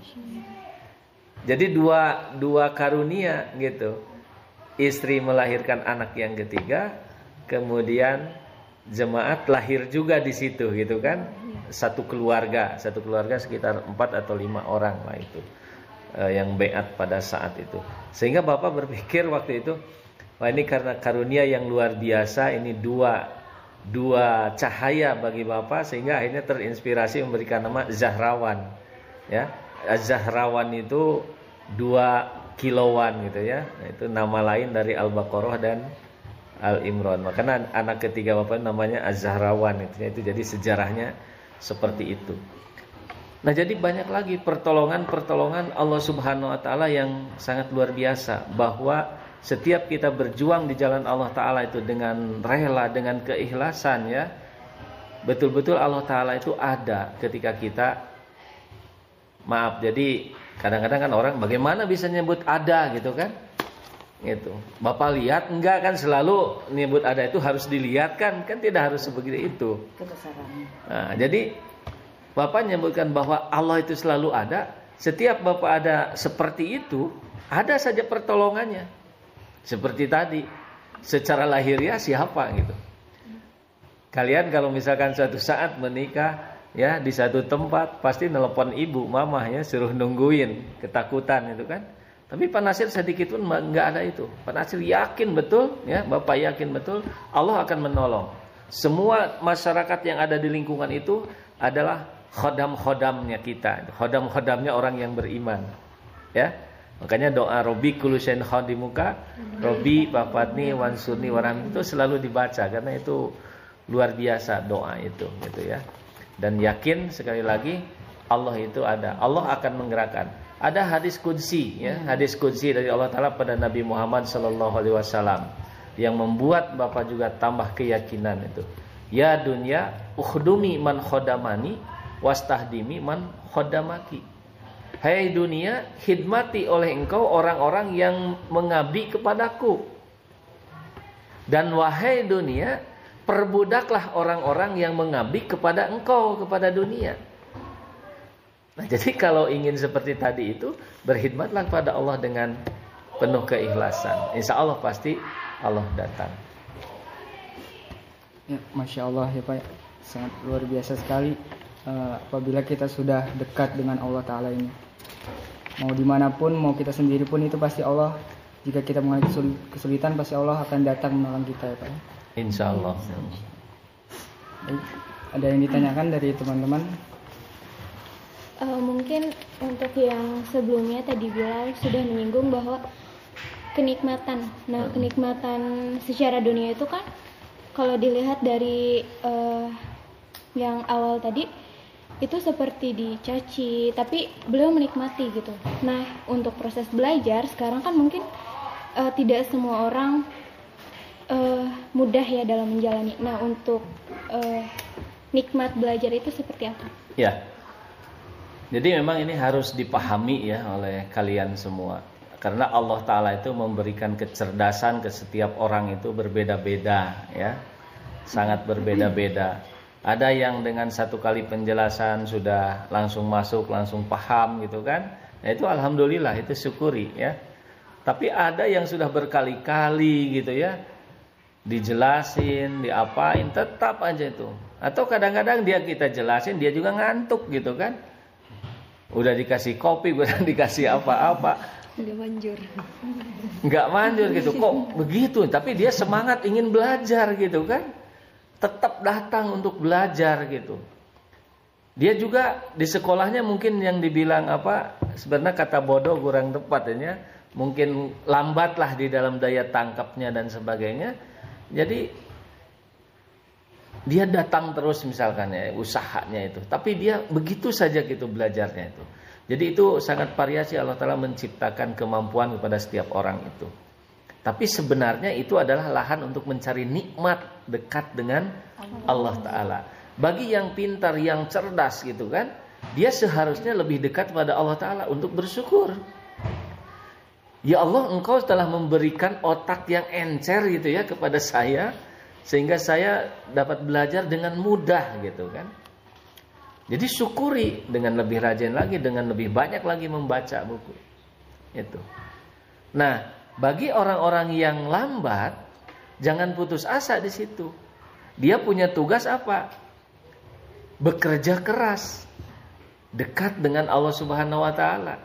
Jadi dua karunia gitu. Istri melahirkan anak yang ketiga, kemudian jemaat lahir juga di situ gitu kan. Satu keluarga sekitar 4 atau 5 orang lah itu yang beat pada saat itu. Sehingga Bapak berpikir waktu itu, wah ini karena karunia yang luar biasa, ini dua cahaya bagi Bapak, sehingga akhirnya terinspirasi memberikan nama Zahrawan ya. Zahrawan itu 2 kilauan gitu ya. Nah, itu nama lain dari Al-Baqarah dan Al-Imran. Makanya anak ketiga Bapak namanya Az-Zahrawan itu jadi sejarahnya seperti itu. Nah, jadi banyak lagi pertolongan Allah Subhanahu wa taala yang sangat luar biasa, bahwa setiap kita berjuang di jalan Allah Ta'ala itu dengan rela, dengan keikhlasan ya, betul-betul Allah Ta'ala itu ada ketika kita, maaf, jadi kadang-kadang kan orang bagaimana bisa nyebut ada gitu kan, gitu. Bapak lihat enggak kan, selalu nyebut ada itu harus dilihat kan tidak harus sebegitu itu. Nah, jadi Bapak menyebutkan bahwa Allah itu selalu ada. Setiap Bapak ada seperti itu, ada saja pertolongannya. Seperti tadi, secara lahiriah siapa gitu. Kalian kalau misalkan suatu saat menikah ya di satu tempat, pasti nelpon ibu, mamah ya, suruh nungguin, ketakutan itu kan. Tapi Pak Nasir sedikit pun nggak ada itu. Pak Nasir yakin betul ya, Bapak yakin betul Allah akan menolong. Semua masyarakat yang ada di lingkungan itu adalah khodam-khodamnya kita, khodam-khodamnya orang yang beriman. Ya, makanya doa Robi kulusen khodimuka, Robi bafatni wansurni waran itu selalu dibaca karena itu luar biasa doa itu, gitu ya. Dan yakin sekali lagi Allah itu ada, Allah akan menggerakkan. Ada hadis qudsi, ya, hadis qudsi dari Allah Taala pada Nabi Muhammad SAW yang membuat Bapak juga tambah keyakinan itu. Ya dunya ukhdumi man khodamani wastahdimi man khodamaki. Hai dunia, khidmati oleh engkau orang-orang yang mengabdi kepadaku. Dan wahai dunia, perbudaklah orang-orang yang mengabdi kepada engkau, kepada dunia. Nah, jadi kalau ingin seperti tadi itu, berkhidmatlah pada Allah dengan penuh keikhlasan. Insya Allah pasti Allah datang. Ya, Masya Allah ya Pak, sangat luar biasa sekali apabila kita sudah dekat dengan Allah Ta'ala ini. Mau dimanapun, mau kita sendiri pun itu pasti Allah, jika kita mengalami kesulitan pasti Allah akan datang menolong kita ya Pak. Insya Allah. Baik, ada yang ditanyakan dari teman-teman? Mungkin untuk yang sebelumnya tadi Bilal sudah menyinggung bahwa kenikmatan. Nah, kenikmatan secara dunia itu kan kalau dilihat dari yang awal tadi itu seperti dicaci, tapi beliau menikmati gitu. Nah, untuk proses belajar sekarang kan mungkin tidak semua orang mudah ya dalam menjalani. Nah, untuk nikmat belajar itu seperti apa? Ya. Jadi memang ini harus dipahami ya oleh kalian semua. Karena Allah Ta'ala itu memberikan kecerdasan ke setiap orang itu berbeda-beda ya. Sangat berbeda-beda. Ada yang dengan satu kali penjelasan sudah langsung masuk, langsung paham gitu kan. Nah itu alhamdulillah, itu syukuri ya. Tapi ada yang sudah berkali-kali gitu ya, dijelasin, diapain, tetap aja itu. Atau kadang-kadang kita jelasin, dia juga ngantuk gitu kan. Udah dikasih kopi, udah dikasih apa-apa, nggak manjur gitu. Kok begitu? Tapi dia semangat ingin belajar gitu kan. Tetap datang untuk belajar gitu. Dia juga di sekolahnya mungkin yang dibilang apa, sebenarnya kata bodoh kurang tepatnya, mungkin lambatlah di dalam daya tangkapnya dan sebagainya. Jadi dia datang terus misalkan ya, usahanya itu. Tapi dia begitu saja gitu belajarnya itu. Jadi itu sangat variasi, Allah Ta'ala menciptakan kemampuan kepada setiap orang itu. Tapi sebenarnya itu adalah lahan untuk mencari nikmat dekat dengan Allah Ta'ala. Bagi yang pintar, yang cerdas gitu kan, dia seharusnya lebih dekat pada Allah Ta'ala untuk bersyukur. Ya Allah, engkau telah memberikan otak yang encer gitu ya kepada saya, sehingga saya dapat belajar dengan mudah gitu kan. Jadi syukuri dengan lebih rajin lagi, dengan lebih banyak lagi membaca buku. Itu. Nah, bagi orang-orang yang lambat, jangan putus asa di situ. Dia punya tugas apa? Bekerja keras, dekat dengan Allah Subhanahu wa Ta'ala.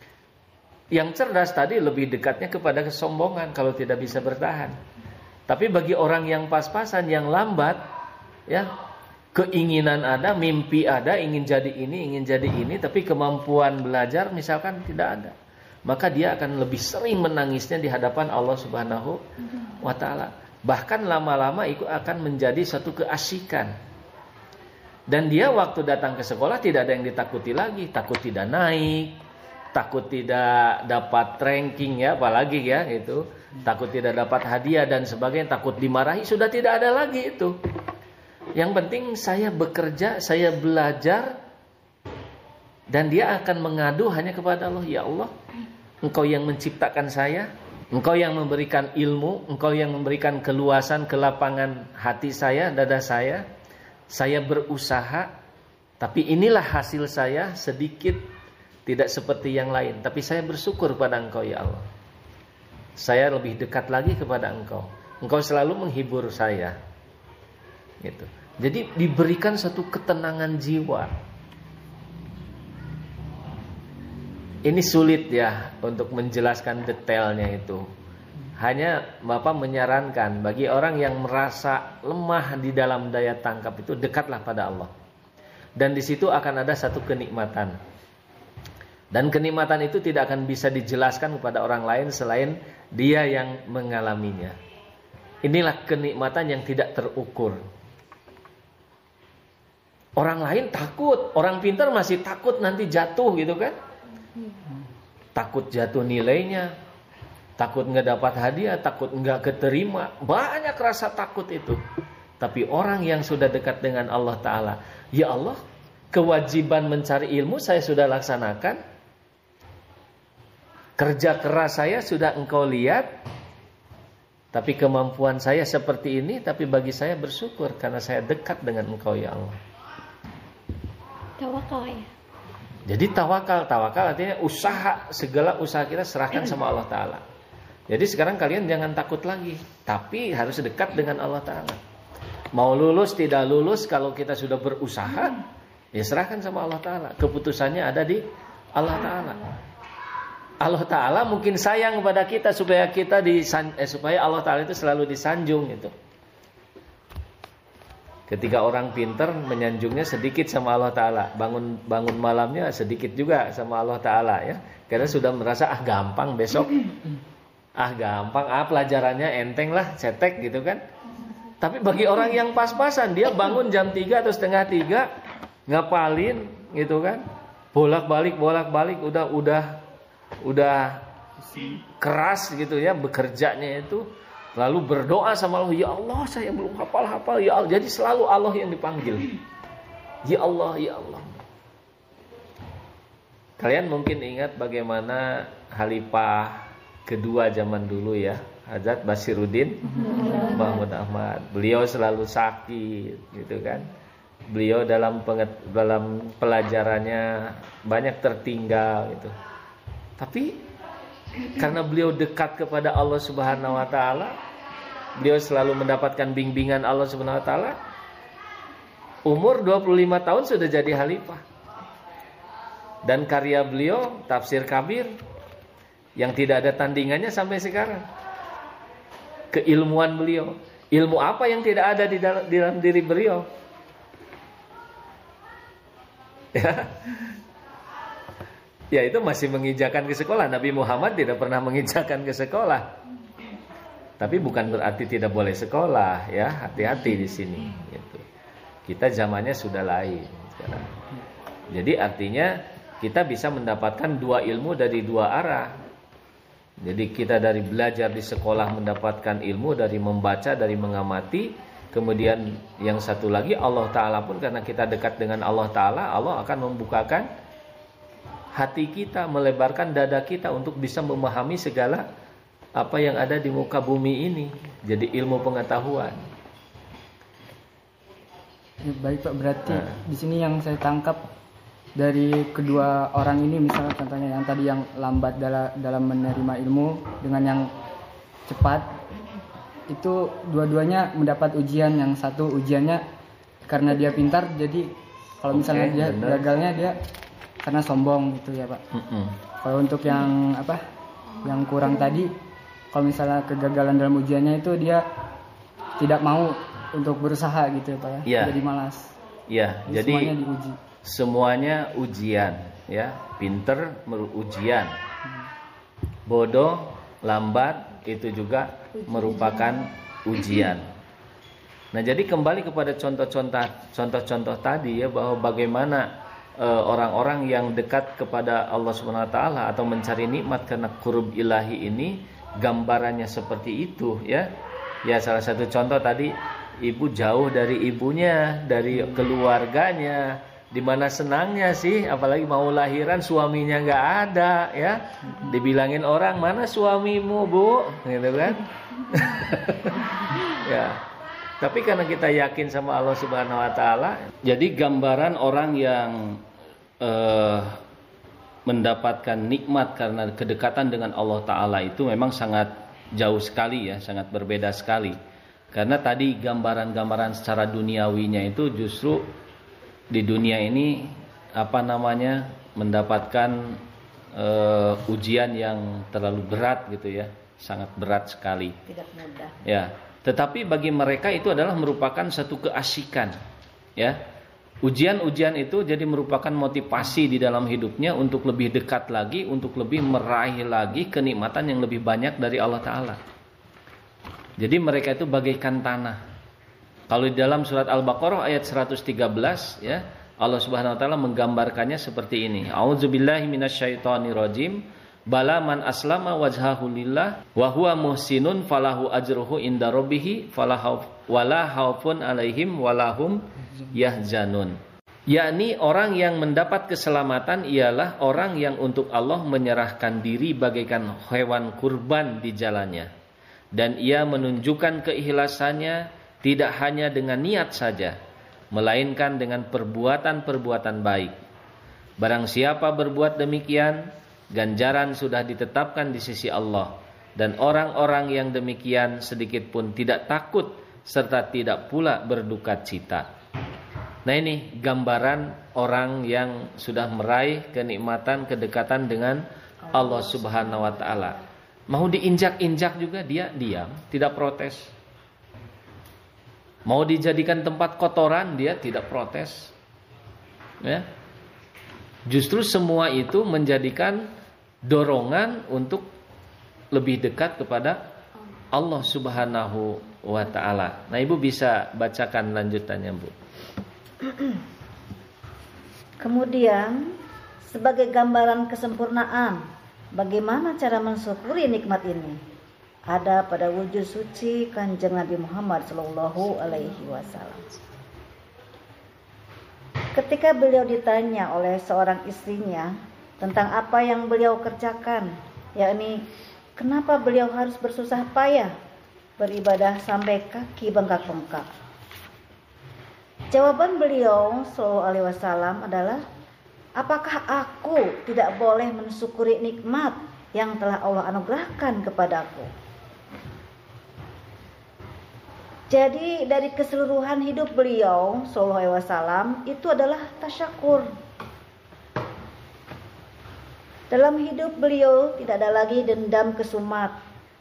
Yang cerdas tadi lebih dekatnya kepada kesombongan kalau tidak bisa bertahan. Tapi bagi orang yang pas-pasan, yang lambat, ya, keinginan ada, mimpi ada, ingin jadi ini, tapi kemampuan belajar misalkan tidak ada, maka dia akan lebih sering menangisnya di hadapan Allah Subhanahu wa Ta'ala. Bahkan lama-lama itu akan menjadi satu keasikan. Dan dia waktu datang ke sekolah tidak ada yang ditakuti lagi, takut tidak naik, takut tidak dapat ranking ya, apalagi ya gitu, takut tidak dapat hadiah dan sebagainya, takut dimarahi, sudah tidak ada lagi itu. Yang penting saya bekerja, saya belajar, dan dia akan mengadu hanya kepada Allah. Ya Allah, Engkau yang menciptakan saya, Engkau yang memberikan ilmu, Engkau yang memberikan keluasan, kelapangan hati saya, dada saya berusaha, tapi inilah hasil saya, sedikit, tidak seperti yang lain, tapi saya bersyukur pada Engkau ya Allah. Saya lebih dekat lagi kepada Engkau. Engkau selalu menghibur saya. Gitu. Jadi diberikan satu ketenangan jiwa. Ini sulit ya untuk menjelaskan detailnya itu. hanya Bapak menyarankan bagi orang yang merasa lemah di dalam daya tangkap itu, dekatlah pada Allah. Dan di situ akan ada satu kenikmatan. Dan kenikmatan itu tidak akan bisa dijelaskan kepada orang lain selain dia yang mengalaminya. Inilah kenikmatan yang tidak terukur. Orang lain takut, orang pintar masih takut nanti jatuh gitu kan. Takut jatuh nilainya, takut nggak dapat hadiah, takut nggak keterima. Banyak rasa takut itu. Tapi orang yang sudah dekat dengan Allah Ta'ala, ya Allah, kewajiban mencari ilmu saya sudah laksanakan. Kerja keras saya sudah Engkau lihat. Tapi kemampuan saya seperti ini, tapi bagi saya bersyukur karena saya dekat dengan Engkau ya Allah. Tawakal ya. Jadi tawakal artinya usaha, segala usaha kita serahkan sama Allah Ta'ala. Jadi sekarang kalian jangan takut lagi, tapi harus dekat dengan Allah Ta'ala. Mau lulus tidak lulus, kalau kita sudah berusaha, ya serahkan sama Allah Ta'ala. Keputusannya ada di Allah Ta'ala. Allah Ta'ala mungkin sayang kepada kita supaya supaya Allah Ta'ala itu selalu disanjung itu. Ketika orang pintar menyanjungnya sedikit sama Allah Ta'ala, bangun malamnya sedikit juga sama Allah Ta'ala ya, karena sudah merasa gampang besok, gampang, pelajarannya enteng lah, cetek gitu kan. Tapi bagi orang yang pas-pasan, dia bangun jam 3 atau setengah 3 ngapalin gitu kan, bolak-balik udah keras gitu ya bekerjanya itu. Lalu berdoa sama Allah, ya Allah saya belum hafal ya Allah. Jadi selalu Allah yang dipanggil. Ya Allah, ya Allah. Kalian mungkin ingat bagaimana Khalifah kedua zaman dulu ya, Hazrat Basiruddin Mahmud Ahmad. Beliau selalu sakit gitu kan. Beliau dalam pelajarannya banyak tertinggal gitu. Tapi karena beliau dekat kepada Allah Subhanahu wa taala, beliau selalu mendapatkan bimbingan Allah Subhanahu wa taala. Umur 25 tahun sudah jadi khalifah. Dan karya beliau Tafsir Kabir yang tidak ada tandingannya sampai sekarang. Keilmuan beliau, ilmu apa yang tidak ada di dalam diri beliau? Ya itu masih mengijakan ke sekolah. Nabi Muhammad tidak pernah mengijakan ke sekolah. Tapi bukan berarti tidak boleh sekolah ya. Hati-hati di sini gitu. Kita zamannya sudah lain sekarang. Jadi artinya kita bisa mendapatkan dua ilmu dari dua arah. Jadi kita dari belajar di sekolah mendapatkan ilmu, dari membaca, dari mengamati. Kemudian yang satu lagi Allah Ta'ala pun karena kita dekat dengan Allah Ta'ala, Allah akan membukakan hati kita, melebarkan dada kita untuk bisa memahami segala apa yang ada di muka bumi ini. Jadi ilmu pengetahuan. Ya, baik Pak, berarti di sini yang saya tangkap dari kedua orang ini, misalnya contohnya yang tadi yang lambat dalam menerima ilmu dengan yang cepat, itu dua-duanya mendapat ujian. Yang satu ujiannya karena dia pintar, jadi kalau misalnya dia gagalnya dia karena sombong gitu ya Pak. Kalau untuk yang yang kurang tadi, kalau misalnya kegagalan dalam ujiannya itu dia tidak mau untuk berusaha gitu ya Pak ya. Jadi malas. Ya, jadi semuanya diuji. Semuanya ujian ya. Pinter ujian. Bodoh, lambat itu juga merupakan ujian. Nah, jadi kembali kepada contoh-contoh tadi ya, bahwa bagaimana orang-orang yang dekat kepada Allah Subhanahu wa taala atau mencari nikmat karena qurub ilahi ini gambarannya seperti itu ya. Ya salah satu contoh tadi, ibu jauh dari ibunya, dari keluarganya, di mana senangnya sih, apalagi mau lahiran suaminya nggak ada ya. Dibilangin orang, "Mana suamimu, Bu?" gitu kan. Ya. Tapi karena kita yakin sama Allah Subhanahu wa taala, jadi gambaran orang yang mendapatkan nikmat karena kedekatan dengan Allah Ta'ala itu memang sangat jauh sekali ya, sangat berbeda sekali. Karena tadi gambaran-gambaran secara duniawinya itu justru di dunia ini mendapatkan ujian yang terlalu berat gitu ya. sangat berat sekali. Tidak mudah. Ya, tetapi bagi mereka itu adalah merupakan satu keasikan. Ya, ujian-ujian itu jadi merupakan motivasi di dalam hidupnya untuk lebih dekat lagi, untuk lebih meraih lagi kenikmatan yang lebih banyak dari Allah Ta'ala. Jadi mereka itu bagaikan tanah. Kalau di dalam surat Al-Baqarah ayat 113, ya, Allah Subhanahu Wa Ta'ala menggambarkannya seperti ini. A'udzubillahi minasyaitonirrajim. Bala man aslama wajhahu lillah wa huwa muhsinun falahu ajruhu inda rabbih wala khaufun alaihim walahum yahzanun. Yakni orang yang mendapat keselamatan ialah orang yang untuk Allah menyerahkan diri bagaikan hewan kurban di jalannya, dan ia menunjukkan keikhlasannya tidak hanya dengan niat saja, melainkan dengan perbuatan-perbuatan baik. Barang siapa berbuat demikian, ganjaran sudah ditetapkan di sisi Allah, dan orang-orang yang demikian sedikit pun tidak takut serta tidak pula berduka cita. Nah, ini gambaran orang yang sudah meraih kenikmatan kedekatan dengan Allah Subhanahu wa Ta'ala. Mau diinjak-injak juga dia diam, tidak protes. Mau dijadikan tempat kotoran dia tidak protes. Ya. Justru semua itu menjadikan dorongan untuk lebih dekat kepada Allah Subhanahu wa Ta'ala. Nah, Ibu bisa bacakan lanjutannya, Bu. Kemudian sebagai gambaran kesempurnaan bagaimana cara mensyukuri nikmat ini, ada pada wujud suci Kanjeng Nabi Muhammad Shallallahu Alaihi Wasallam. Ketika beliau ditanya oleh seorang istrinya tentang apa yang beliau kerjakan, yakni kenapa beliau harus bersusah payah beribadah sampai kaki bengkak-bengkak. Jawaban beliau Shallallahu Alaihi Wasallam adalah, apakah aku tidak boleh mensyukuri nikmat yang telah Allah anugerahkan kepadaku? Jadi dari keseluruhan hidup beliau Shallallahu Alaihi Wasallam itu adalah tasyakur. Dalam hidup beliau tidak ada lagi dendam kesumat.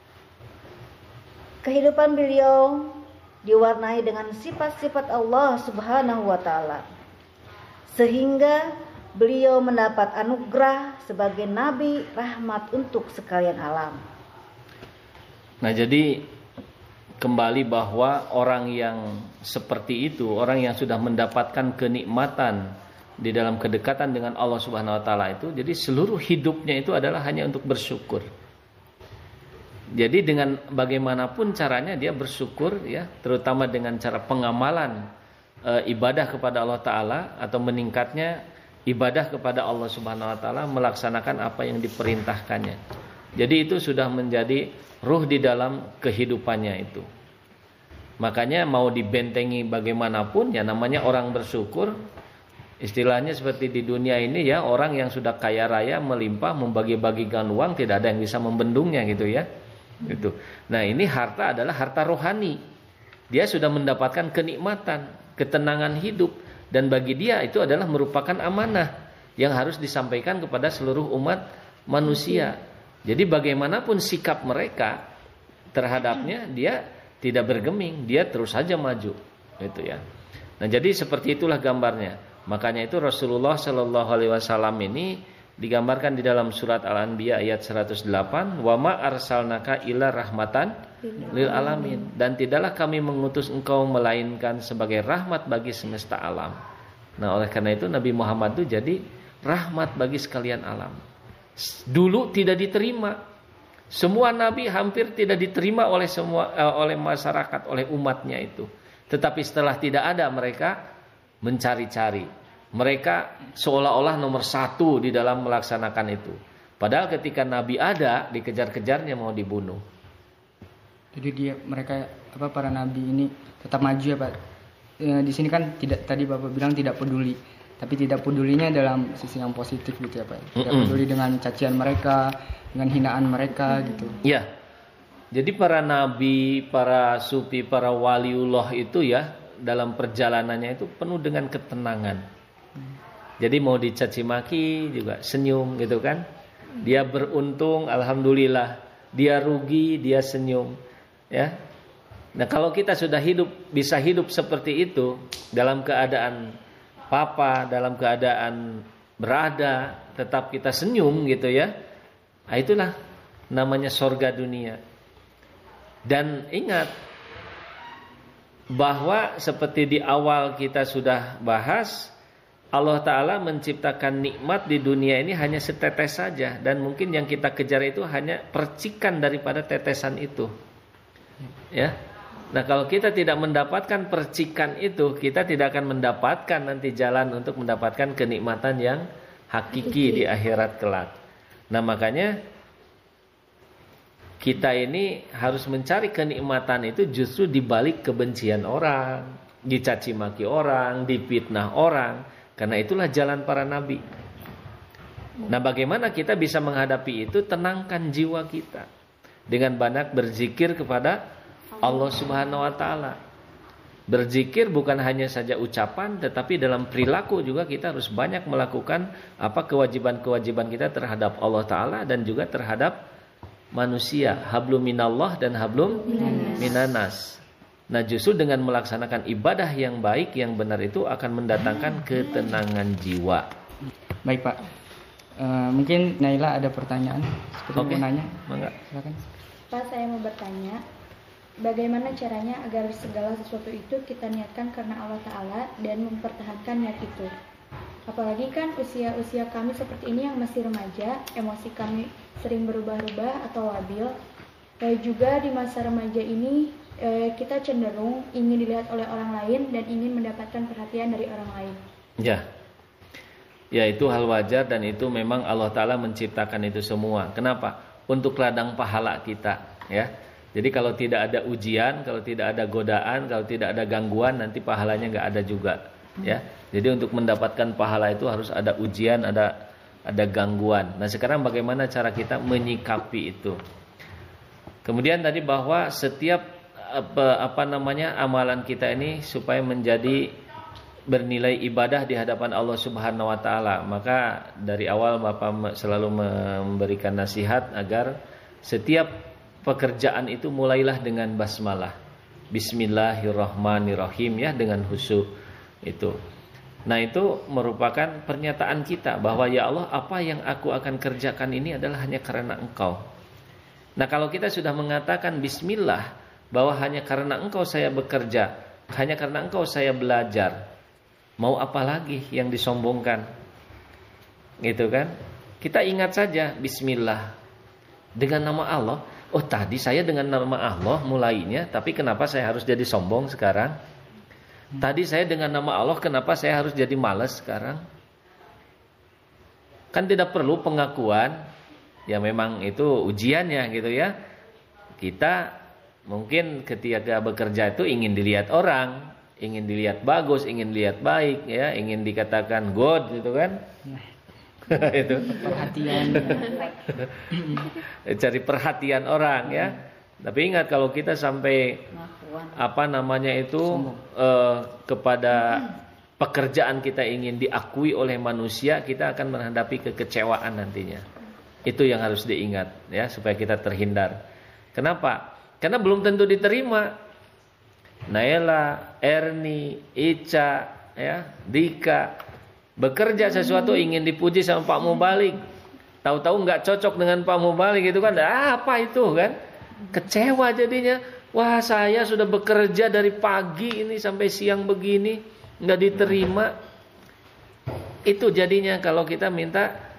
Kehidupan beliau diwarnai dengan sifat-sifat Allah Subhanahu wa Ta'ala, sehingga beliau mendapat anugerah sebagai nabi rahmat untuk sekalian alam. Nah, jadi kembali bahwa orang yang seperti itu, orang yang sudah mendapatkan kenikmatan di dalam kedekatan dengan Allah Subhanahu wa Ta'ala itu, jadi seluruh hidupnya itu adalah hanya untuk bersyukur. Jadi dengan bagaimanapun caranya dia bersyukur, ya, terutama dengan cara pengamalan ibadah kepada Allah Ta'ala atau meningkatnya ibadah kepada Allah Subhanahu wa Ta'ala, melaksanakan apa yang diperintahkannya. Jadi itu sudah menjadi ruh di dalam kehidupannya itu. Makanya mau dibentengi bagaimanapun, ya namanya orang bersyukur. Istilahnya seperti di dunia ini, ya, orang yang sudah kaya raya melimpah membagi-bagikan uang, tidak ada yang bisa membendungnya gitu, ya. Gitu. Nah, ini harta adalah harta rohani. Dia sudah mendapatkan kenikmatan, ketenangan hidup, dan bagi dia itu adalah merupakan amanah yang harus disampaikan kepada seluruh umat manusia. Jadi bagaimanapun sikap mereka terhadapnya, dia tidak bergeming, dia terus saja maju, gitu, ya. Nah, jadi seperti itulah gambarnya. Makanya itu Rasulullah Shallallahu Alaihi Wasallam ini digambarkan di dalam surat Al-Anbiya ayat 108, wa ma arsalnaka illa rahmatan lil alamin, dan tidaklah kami mengutus engkau melainkan sebagai rahmat bagi semesta alam. Nah, oleh karena itu Nabi Muhammad itu jadi rahmat bagi sekalian alam. Dulu tidak diterima, semua nabi hampir tidak diterima oleh oleh masyarakat, oleh umatnya itu. Tetapi setelah tidak ada, mereka mencari-cari. Mereka seolah-olah nomor satu di dalam melaksanakan itu. Padahal ketika Nabi ada, dikejar-kejarnya mau dibunuh. Jadi mereka para nabi ini tetap maju, ya Pak. Di sini kan tidak, tadi Bapak bilang tidak peduli, tapi tidak pedulinya dalam sisi yang positif gitu, ya Pak. Tidak peduli dengan cacian mereka, dengan hinaan mereka gitu. Ya. Jadi para nabi, para sufi, para waliullah itu, ya, dalam perjalanannya itu penuh dengan ketenangan. Jadi mau dicaci maki juga senyum gitu kan. Dia beruntung, alhamdulillah. dia rugi, dia senyum, ya. Nah, kalau kita sudah bisa hidup seperti itu, dalam keadaan papa, dalam keadaan berada, tetap kita senyum gitu ya. Nah, itulah namanya sorga dunia. Dan ingat bahwa seperti di awal kita sudah bahas, Allah Ta'ala menciptakan nikmat di dunia ini hanya setetes saja. Dan mungkin yang kita kejar itu hanya percikan daripada tetesan itu, ya. Nah, kalau kita tidak mendapatkan percikan itu, kita tidak akan mendapatkan nanti jalan untuk mendapatkan kenikmatan yang hakiki di akhirat kelak. Nah, makanya kita ini harus mencari kenikmatan itu justru di balik kebencian orang, dicaci maki orang, difitnah orang. Karena itulah jalan para nabi. Nah, bagaimana kita bisa menghadapi itu? Tenangkan jiwa kita dengan banyak berzikir kepada Allah Subhanahu wa taala. Berzikir bukan hanya saja ucapan, tetapi dalam perilaku juga kita harus banyak melakukan apa kewajiban-kewajiban kita terhadap Allah Ta'ala dan juga terhadap manusia. Hablum minallah dan hablum minanas. Nah, justru dengan melaksanakan ibadah yang baik, yang benar itu akan mendatangkan ketenangan jiwa. Baik Pak, mungkin Naila ada pertanyaan seperti mau nanya. Mangga. Silakan. Pak, saya mau bertanya, bagaimana caranya agar segala sesuatu itu kita niatkan karena Allah Ta'ala dan mempertahankan niat itu? Apalagi kan usia-usia kami seperti ini yang masih remaja, emosi kami sering berubah-ubah atau labil. Dan juga di masa remaja ini kita cenderung ingin dilihat oleh orang lain dan ingin mendapatkan perhatian dari orang lain. Ya, itu hal wajar dan itu memang Allah Ta'ala menciptakan itu semua. Kenapa? Untuk ladang pahala kita, ya. Jadi kalau tidak ada ujian, kalau tidak ada godaan, kalau tidak ada gangguan, nanti pahalanya nggak ada juga, ya. Jadi untuk mendapatkan pahala itu harus ada ujian, ada gangguan. Nah, sekarang bagaimana cara kita menyikapi itu? Kemudian tadi bahwa setiap amalan kita ini supaya menjadi bernilai ibadah di hadapan Allah Subhanahu wa taala. Maka dari awal Bapak selalu memberikan nasihat agar setiap pekerjaan itu mulailah dengan basmalah. Bismillahirrahmanirrahim, ya, dengan khusyuk itu. Nah, itu merupakan pernyataan kita bahwa ya Allah, apa yang aku akan kerjakan ini adalah hanya karena Engkau. Nah, kalau kita sudah mengatakan bismillah, bahwa hanya karena Engkau saya bekerja, hanya karena Engkau saya belajar, mau apa lagi yang disombongkan? Gitu kan? Kita ingat saja bismillah dengan nama Allah. Oh, tadi saya dengan nama Allah mulainya, tapi kenapa saya harus jadi sombong sekarang? Tadi saya dengan nama Allah, kenapa saya harus jadi malas sekarang? Kan tidak perlu pengakuan. Ya memang itu ujiannya gitu ya. Kita mungkin ketika bekerja itu ingin dilihat orang, ingin dilihat bagus, ingin dilihat baik, ya, ingin dikatakan good gitu kan? Itu Perhatian. cari perhatian orang, ya. Tapi ingat kalau kita sampai kepada pekerjaan kita ingin diakui oleh manusia, kita akan menghadapi kekecewaan nantinya. Itu yang harus diingat, ya, supaya kita terhindar. Kenapa? Karena belum tentu diterima. Naila, Erni, Ica, ya, Dika bekerja sesuatu ingin dipuji sama Pak Mubalik. Tahu-tahu nggak cocok dengan Pak Mubalik gitu kan? Apa itu kan? Kecewa jadinya. Wah, saya sudah bekerja dari pagi ini sampai siang begini, nggak diterima. Itu jadinya kalau kita minta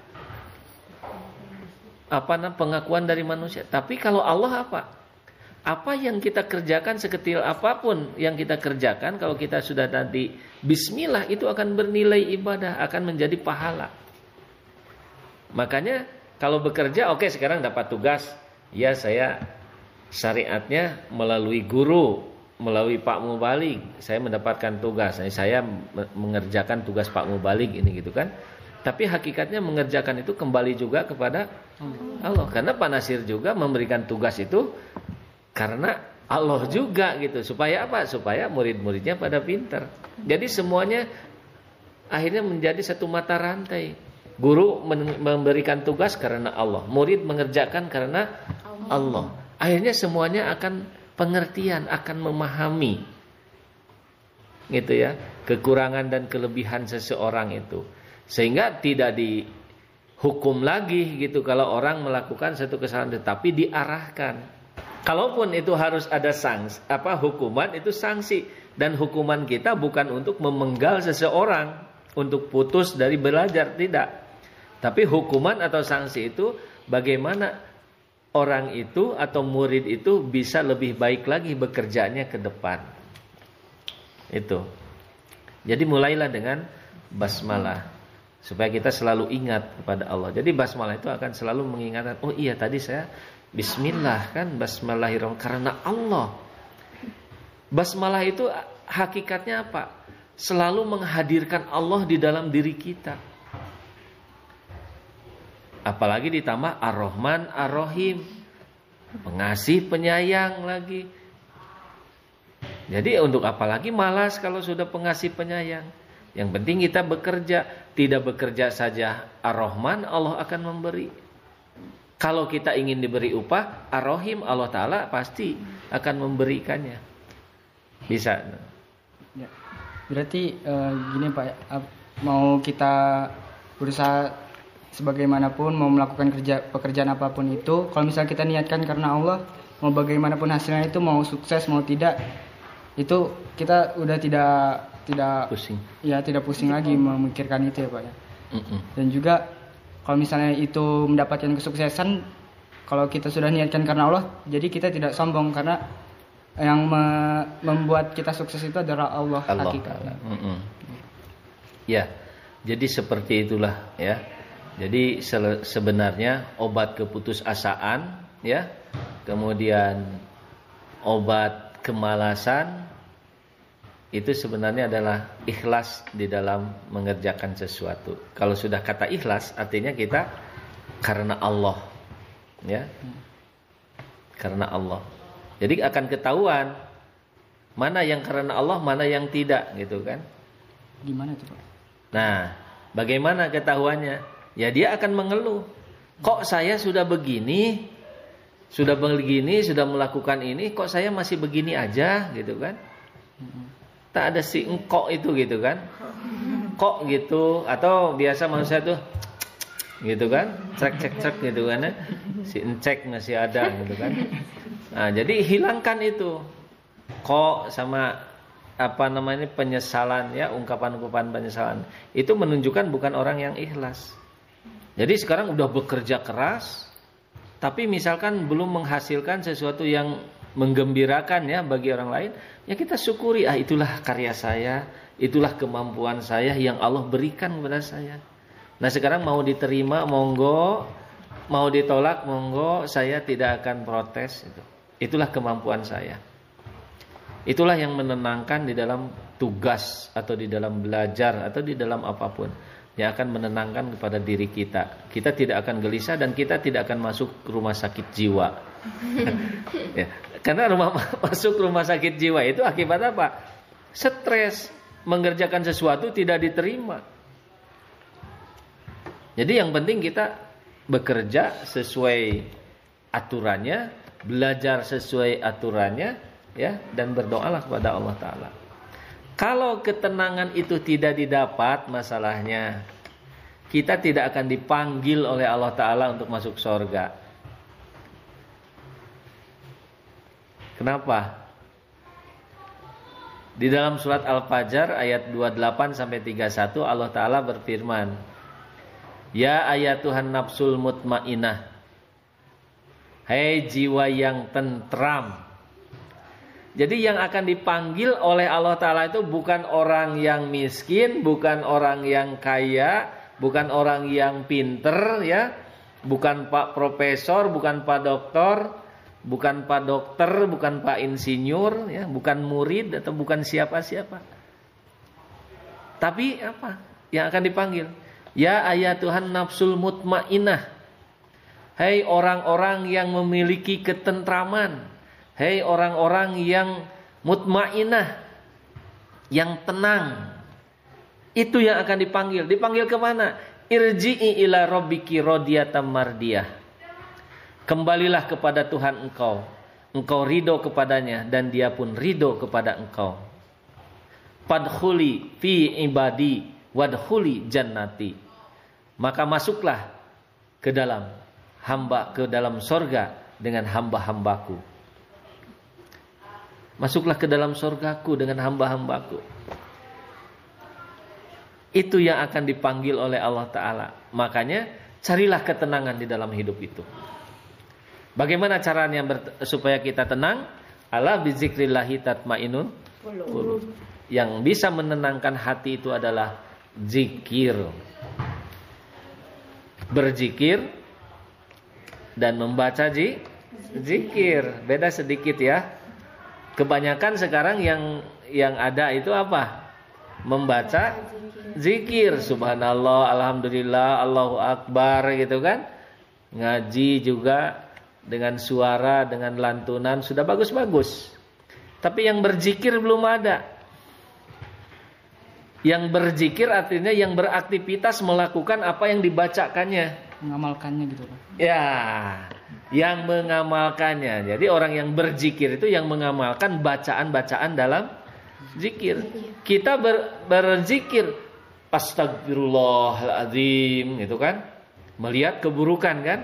pengakuan dari manusia. Tapi kalau Allah apa yang kita kerjakan, sekecil apapun yang kita kerjakan, kalau kita sudah tadi bismillah, itu akan bernilai ibadah, akan menjadi pahala. Makanya kalau bekerja, oke, sekarang dapat tugas, ya, saya syariatnya melalui guru, melalui Pak Mubalik, saya mendapatkan tugas, saya mengerjakan tugas Pak Mubalik ini gitu kan. Tapi hakikatnya mengerjakan itu kembali juga kepada Allah. Karena Pak Nasir juga memberikan tugas itu karena Allah juga gitu. Supaya apa? Supaya murid-muridnya pada pintar. Jadi semuanya akhirnya menjadi satu mata rantai. Guru memberikan tugas karena Allah, murid mengerjakan karena Allah. Akhirnya semuanya akan pengertian, akan memahami, gitu ya, kekurangan dan kelebihan seseorang itu, sehingga tidak dihukum lagi gitu kalau orang melakukan satu kesalahan, tetapi diarahkan. Kalaupun itu harus ada hukuman, itu sanksi, dan hukuman kita bukan untuk memenggal seseorang untuk putus dari belajar, tidak. Tapi hukuman atau sanksi itu bagaimana orang itu atau murid itu bisa lebih baik lagi bekerjanya ke depan. Itu. Jadi mulailah dengan basmalah supaya kita selalu ingat kepada Allah. Jadi basmalah itu akan selalu mengingatkan, oh iya tadi saya bismillah kan, basmalahirrahmanirrahim, karena Allah. Basmalah itu hakikatnya apa? Selalu menghadirkan Allah di dalam diri kita. Apalagi ditambah Ar-Rahman Ar-Rahim, pengasih penyayang lagi. Jadi untuk apa lagi malas kalau sudah pengasih penyayang? Yang penting kita bekerja. Tidak bekerja saja Ar-Rahman, Allah akan memberi. Kalau kita ingin diberi upah, Ar-Rahim, Allah Ta'ala pasti akan memberikannya. Bisa. Ya. Berarti gini Pak, mau kita berusaha sebagaimanapun, mau melakukan pekerjaan apapun itu, kalau misalnya kita niatkan karena Allah, mau bagaimanapun hasilnya itu, mau sukses mau tidak, itu kita udah tidak pusing. Ya, tidak pusing lagi memikirkan itu ya Pak ya. Dan juga kalau misalnya itu mendapatkan kesuksesan, kalau kita sudah niatkan karena Allah, jadi kita tidak sombong, karena yang membuat kita sukses itu adalah Allah hakikatnya. Ya, jadi seperti itulah ya. Jadi sebenarnya obat keputusasaan ya, kemudian obat kemalasan itu sebenarnya adalah ikhlas di dalam mengerjakan sesuatu. Kalau sudah kata ikhlas, artinya kita karena Allah, ya, karena Allah. Jadi akan ketahuan mana yang karena Allah, mana yang tidak, gitu kan? Gimana tuh Pak? Nah, bagaimana ketahuannya? Ya dia akan mengeluh. Kok saya sudah begini, sudah melakukan ini, kok saya masih begini aja, gitu kan? Tak ada si engkok itu gitu kan, kok gitu, atau biasa manusia tuh gitu kan, cek gitu kan, si encek masih ada gitu kan. Nah jadi hilangkan itu kok sama penyesalan ya, ungkapan penyesalan itu menunjukkan bukan orang yang ikhlas. Jadi sekarang udah bekerja keras, tapi misalkan belum menghasilkan sesuatu yang menggembirakan ya bagi orang lain, ya kita syukuri, itulah karya saya, itulah kemampuan saya yang Allah berikan kepada saya. Nah sekarang mau diterima monggo, mau ditolak monggo, saya tidak akan protes. Itulah kemampuan saya. Itulah yang menenangkan di dalam tugas atau di dalam belajar atau di dalam apapun, yang akan menenangkan kepada diri kita. Kita tidak akan gelisah dan kita tidak akan masuk rumah sakit jiwa. Ya, karena masuk rumah sakit jiwa itu akibat apa? Stres, mengerjakan sesuatu tidak diterima. Jadi yang penting kita bekerja sesuai aturannya, belajar sesuai aturannya, ya, dan berdoalah kepada Allah Ta'ala. Kalau ketenangan itu tidak didapat, masalahnya kita tidak akan dipanggil oleh Allah Ta'ala untuk masuk surga. Kenapa? Di dalam surat Al-Fajr ayat 28 sampai 31 Allah Ta'ala berfirman, ya ayatuhan nafsul mutmainah, hai jiwa yang tentram. Jadi yang akan dipanggil oleh Allah Ta'ala itu bukan orang yang miskin, bukan orang yang kaya, bukan orang yang pinter ya, bukan Pak Profesor, bukan Pak Doktor, bukan Pak Dokter, bukan Pak Insinyur ya, bukan murid atau bukan siapa-siapa. Tapi apa yang akan dipanggil? Ya ayatuhan nafsul mutmainah, hai orang-orang yang memiliki ketentraman, hai orang-orang yang mutmainah, yang tenang. Itu yang akan dipanggil. Dipanggil kemana? Irji'i ila rabbiki radiyatan mardiyah. Kembalilah kepada Tuhan engkau. Engkau ridho kepadanya dan dia pun ridho kepada engkau. Fadkhuli fi ibadi wadkhuli jannati. Maka masuklah ke dalam sorga dengan hamba-hambaku. Masuklah ke dalam sorgaku dengan hamba-hambaku. Itu yang akan dipanggil oleh Allah Ta'ala. Makanya carilah ketenangan di dalam hidup itu. Bagaimana caranya supaya kita tenang? Ala bizikrillahi tatmainul qulub. Yang bisa menenangkan hati itu adalah zikir. Berzikir dan membaca zikir. Beda sedikit ya. Kebanyakan sekarang yang ada itu apa? Membaca zikir. Subhanallah, alhamdulillah, Allahu akbar gitu kan. Ngaji juga dengan suara, dengan lantunan sudah bagus-bagus. Tapi yang berzikir belum ada. Yang berzikir artinya yang beraktivitas melakukan apa yang dibacakannya, mengamalkannya gitu Pak. Ya, yang mengamalkannya. Jadi orang yang berzikir itu yang mengamalkan bacaan-bacaan dalam zikir. Kita berzikir astagfirullahaladzim gitu kan. Melihat keburukan kan.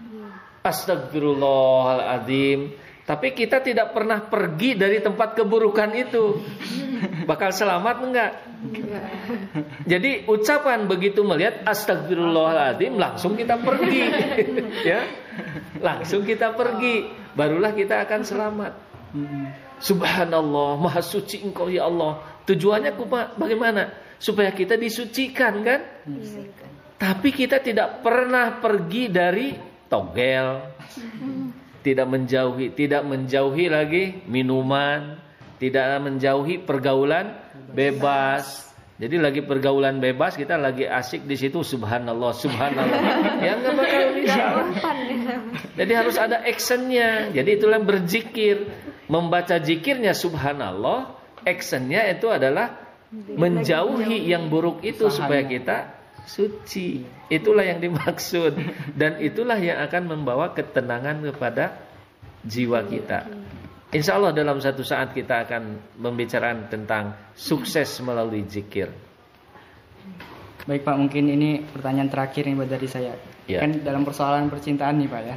Astagfirullahaladzim. Tapi kita tidak pernah pergi dari tempat keburukan itu. Bakal selamat enggak? Jadi ucapan begitu melihat astagfirullahaladzim langsung kita pergi. Ya. Langsung kita pergi, barulah kita akan selamat. Subhanallah, maha suci engkau ya Allah. Tujuannya bagaimana? Supaya kita disucikan kan? Tapi kita tidak pernah pergi dari togel. Tidak menjauhi lagi minuman, tidak menjauhi pergaulan bebas. Jadi lagi pergaulan bebas, kita lagi asik di situ, subhanallah, subhanallah. Ya nggak bakal bisa. Jadi harus ada actionnya. Jadi itulah berzikir, membaca zikirnya subhanallah. Actionnya itu adalah menjauhi yang buruk itu supaya kita suci. Itulah yang dimaksud. Dan itulah yang akan membawa ketenangan kepada jiwa kita. Insya Allah dalam satu saat kita akan membicarakan tentang sukses melalui zikir. Baik Pak, mungkin ini pertanyaan terakhir nih dari saya. Ya. Kan dalam persoalan percintaan nih Pak ya.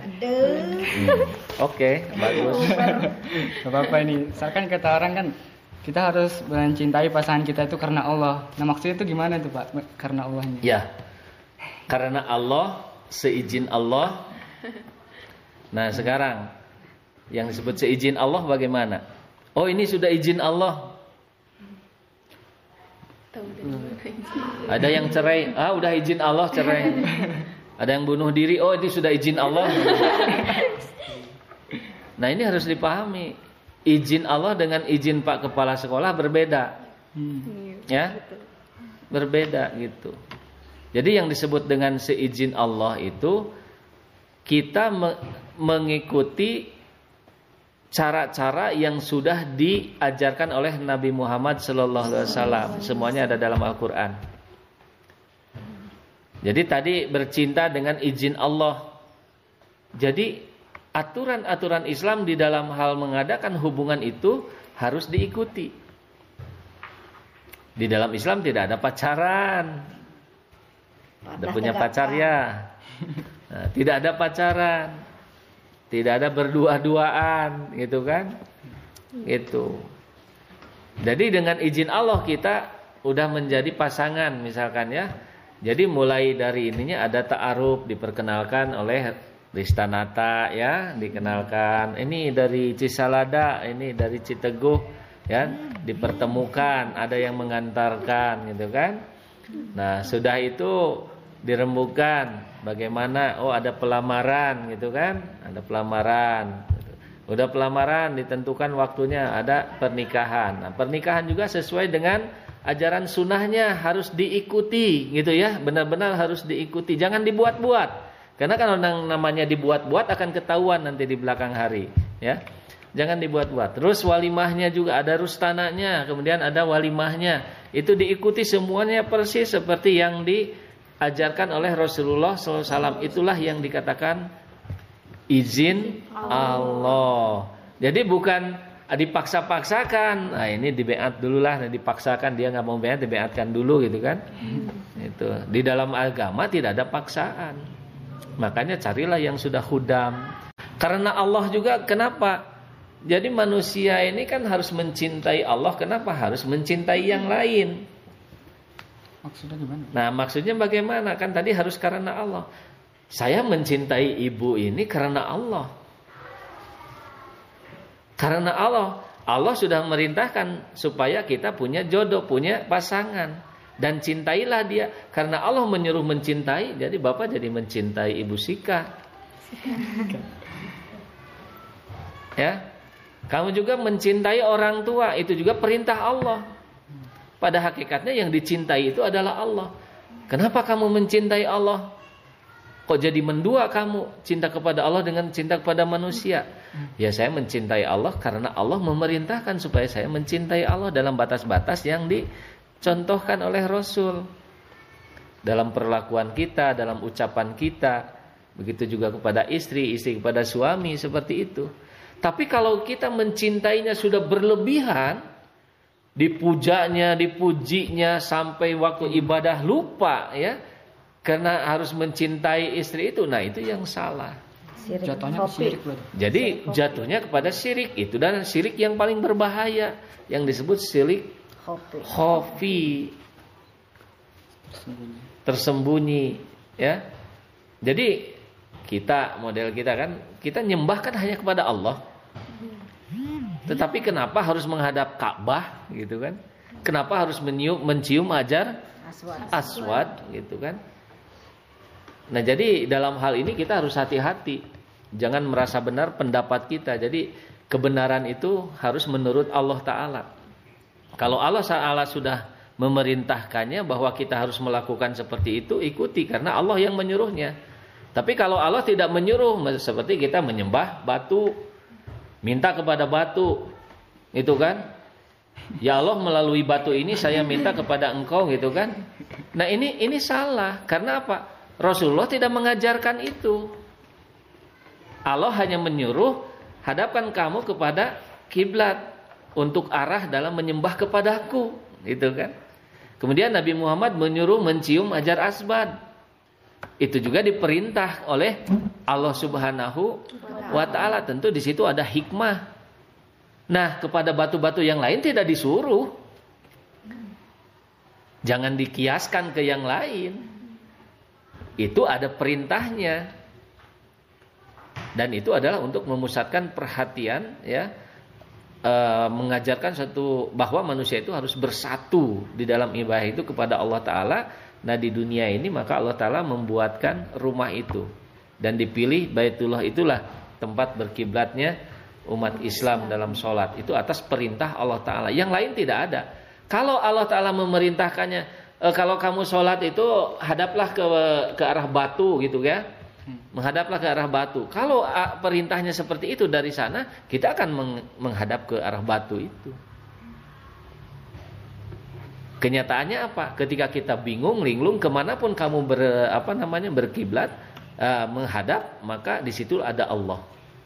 Oke, bagus. Gak apa-apa ini. Misalkan kata orang kan kita harus mencintai pasangan kita itu karena Allah. Nah maksudnya itu gimana tuh Pak? Karena Allahnya. Ya, karena Allah, seizin Allah. Nah sekarang yang disebut seizin Allah bagaimana? Oh ini sudah izin Allah. Ada yang cerai, udah izin Allah cerai. Ada yang bunuh diri, oh ini sudah izin Allah. Nah ini harus dipahami. Izin Allah dengan izin Pak Kepala Sekolah berbeda. Ya, berbeda gitu. Jadi yang disebut dengan seizin Allah itu kita mengikuti cara-cara yang sudah diajarkan oleh Nabi Muhammad SAW. Semuanya ada dalam Al-Quran. Jadi tadi bercinta dengan izin Allah. Jadi aturan-aturan Islam di dalam hal mengadakan hubungan itu harus diikuti. Di dalam Islam tidak ada pacaran. Ada punya pacar ya. Nah, tidak ada pacaran. Tidak ada berdua-duaan, gitu kan? Gitu. Jadi dengan izin Allah kita udah menjadi pasangan misalkan ya. Jadi mulai dari ininya ada ta'aruf, diperkenalkan oleh Ristanata ya, dikenalkan. Ini dari Cisalada, ini dari Citeguh ya, dipertemukan, ada yang mengantarkan gitu kan. Nah, sudah itu dirembukan bagaimana, oh ada pelamaran gitu kan, ada pelamaran. Udah pelamaran ditentukan waktunya, ada pernikahan. Nah, pernikahan juga sesuai dengan ajaran sunnahnya harus diikuti gitu ya, benar-benar harus diikuti, jangan dibuat-buat. Karena kalau namanya dibuat-buat akan ketahuan nanti di belakang hari ya. Jangan dibuat-buat. Terus walimahnya juga ada rustananya, kemudian ada walimahnya. Itu diikuti semuanya persis seperti yang diajarkan oleh Rasulullah SAW. Itulah yang dikatakan izin Allah. Jadi bukan dipaksa-paksakan. Nah, ini dibeat dulu lah, dipaksakan, dia nggak mau beat, dibeatkan dulu gitu kan. Itu di dalam agama tidak ada paksaan. Makanya carilah yang sudah khudam. Karena Allah juga kenapa? Jadi manusia ini kan harus mencintai Allah. Kenapa harus mencintai yang lain? Maksudnya gimana? Nah, maksudnya bagaimana? Kan tadi harus karena Allah. Saya mencintai ibu ini karena Allah. Karena Allah. Allah sudah merintahkan supaya kita punya jodoh, punya pasangan. Dan cintailah dia. Karena Allah menyuruh mencintai. Jadi Bapak jadi mencintai Ibu Sika. Ya. Kamu juga mencintai orang tua, itu juga perintah Allah. Pada hakikatnya yang dicintai itu adalah Allah. Kenapa kamu mencintai Allah? Kok jadi mendua kamu cinta kepada Allah dengan cinta kepada manusia? Ya, saya mencintai Allah karena Allah memerintahkan supaya saya mencintai Allah dalam batas-batas yang dicontohkan oleh Rasul. Dalam perlakuan kita, dalam ucapan kita, begitu juga kepada istri, istri kepada suami, seperti itu. Tapi kalau kita mencintainya sudah berlebihan, dipujanya, dipujinya sampai waktu ibadah lupa ya, karena harus mencintai istri itu, nah itu yang salah. Jatuhnya syirik. Jadi jatuhnya kepada syirik itu, dan syirik yang paling berbahaya yang disebut syirik khafi, tersembunyi ya. Jadi kita, model kita kan, kita nyembah kan hanya kepada Allah. Tetapi kenapa harus menghadap Ka'bah gitu kan? Kenapa harus mencium Hajar Aswad gitu kan? Nah, jadi dalam hal ini kita harus hati-hati. Jangan merasa benar pendapat kita. Jadi kebenaran itu harus menurut Allah Ta'ala. Kalau Allah Ta'ala sudah memerintahkannya bahwa kita harus melakukan seperti itu, ikuti karena Allah yang menyuruhnya. Tapi kalau Allah tidak menyuruh, seperti kita menyembah batu, minta kepada batu, itu kan? Ya Allah, melalui batu ini saya minta kepada Engkau, gitu kan? Nah, ini salah. Karena apa? Rasulullah tidak mengajarkan itu. Allah hanya menyuruh, hadapkan kamu kepada kiblat untuk arah dalam menyembah kepadaku, gitu kan? Kemudian Nabi Muhammad menyuruh mencium Hajar Aswad. Itu juga diperintah oleh Allah Subhanahu wa Ta'ala. Tentu di situ ada hikmah. Nah, kepada batu-batu yang lain tidak disuruh. Jangan dikiaskan ke yang lain. Itu ada perintahnya. Dan itu adalah untuk memusatkan perhatian ya, mengajarkan satu bahwa manusia itu harus bersatu di dalam ibadah itu kepada Allah Ta'ala. Nah, di dunia ini maka Allah Ta'ala membuatkan rumah itu, dan dipilih Baitullah itulah tempat berkiblatnya umat Islam dalam sholat. Itu atas perintah Allah Ta'ala. Yang lain tidak ada. Kalau Allah Ta'ala memerintahkannya, kalau kamu sholat itu hadaplah ke arah batu gitu ya, menghadaplah ke arah batu. Kalau perintahnya seperti itu dari sana, kita akan menghadap ke arah batu itu. Kenyataannya apa? Ketika kita bingung, linglung, kemanapun kamu berkiblat, menghadap, maka di situ ada Allah.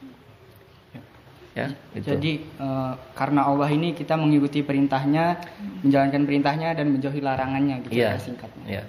Ya, gitu. Jadi karena Allah ini kita mengikuti perintahnya, menjalankan perintahnya dan menjauhi larangannya, gitu ya, singkatnya. Ya.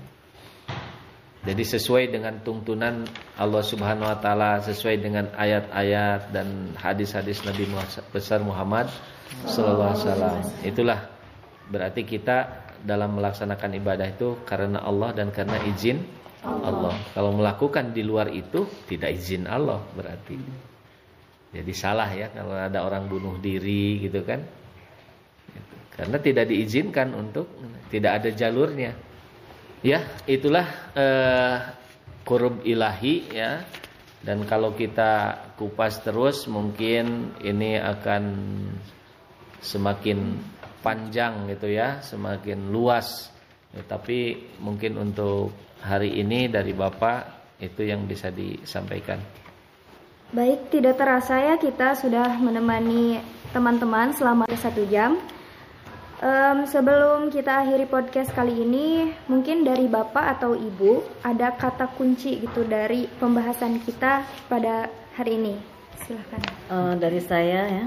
Jadi sesuai dengan tuntunan Allah Subhanahu Wa Taala, sesuai dengan ayat-ayat dan hadis-hadis Nabi besar Muhammad Sallallahu Alaihi Wasallam. Itulah berarti kita dalam melaksanakan ibadah itu karena Allah dan karena izin Allah. Kalau melakukan di luar itu tidak izin Allah berarti. Jadi salah ya kalau ada orang bunuh diri gitu kan. Karena tidak diizinkan untuk, tidak ada jalurnya. Ya, itulah qurub ilahi ya. Dan kalau kita kupas terus mungkin ini akan semakin panjang gitu ya, semakin luas ya, tapi mungkin untuk hari ini dari Bapak itu yang bisa disampaikan. Baik, tidak terasa ya kita sudah menemani teman-teman selama 1 jam. Sebelum kita akhiri podcast kali ini, mungkin dari Bapak atau Ibu ada kata kunci gitu dari pembahasan kita pada hari ini. Silahkan. Dari saya ya,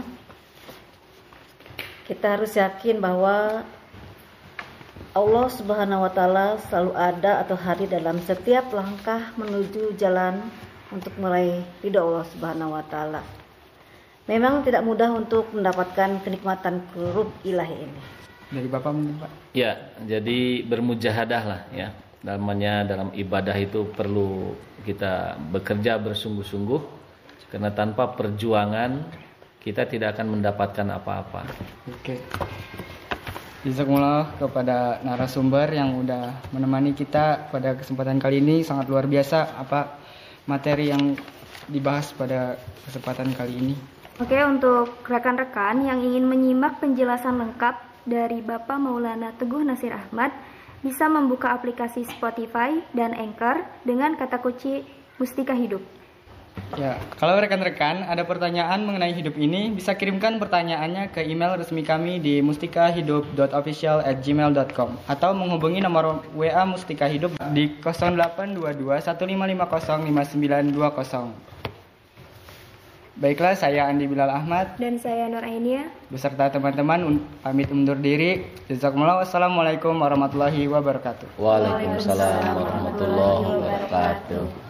kita harus yakin bahwa Allah Subhanahu wa Ta'ala selalu ada atau hadir dalam setiap langkah menuju jalan untuk meraih ridho Allah Subhanahu wa Ta'ala. Memang tidak mudah untuk mendapatkan kenikmatan qurub ilahi ini. Dari Bapak mungkin Pak. Ya, jadi bermujahadah lah ya. Namanya dalam ibadah itu perlu kita bekerja bersungguh-sungguh, karena tanpa perjuangan kita tidak akan mendapatkan apa-apa. Oke. Jazakumullah kepada narasumber yang udah menemani kita pada kesempatan kali ini. Sangat luar biasa apa materi yang dibahas pada kesempatan kali ini. Oke, untuk rekan-rekan yang ingin menyimak penjelasan lengkap dari Bapak Maulana Teguh Nasir Ahmad, bisa membuka aplikasi Spotify dan Anchor dengan kata kunci Mustika Hidup. Ya, kalau rekan-rekan ada pertanyaan mengenai hidup ini, bisa kirimkan pertanyaannya ke email resmi kami di mustikahidup.official@gmail.com atau menghubungi nomor WA Mustika Hidup di 0822 1550 5920. Baiklah, saya Andi Bilal Ahmad Dan saya Nur Ainia beserta teman-teman pamit undur diri. Jazakumullah. Wassalamualaikum warahmatullahi wabarakatuh. Waalaikumsalam warahmatullahi wabarakatuh.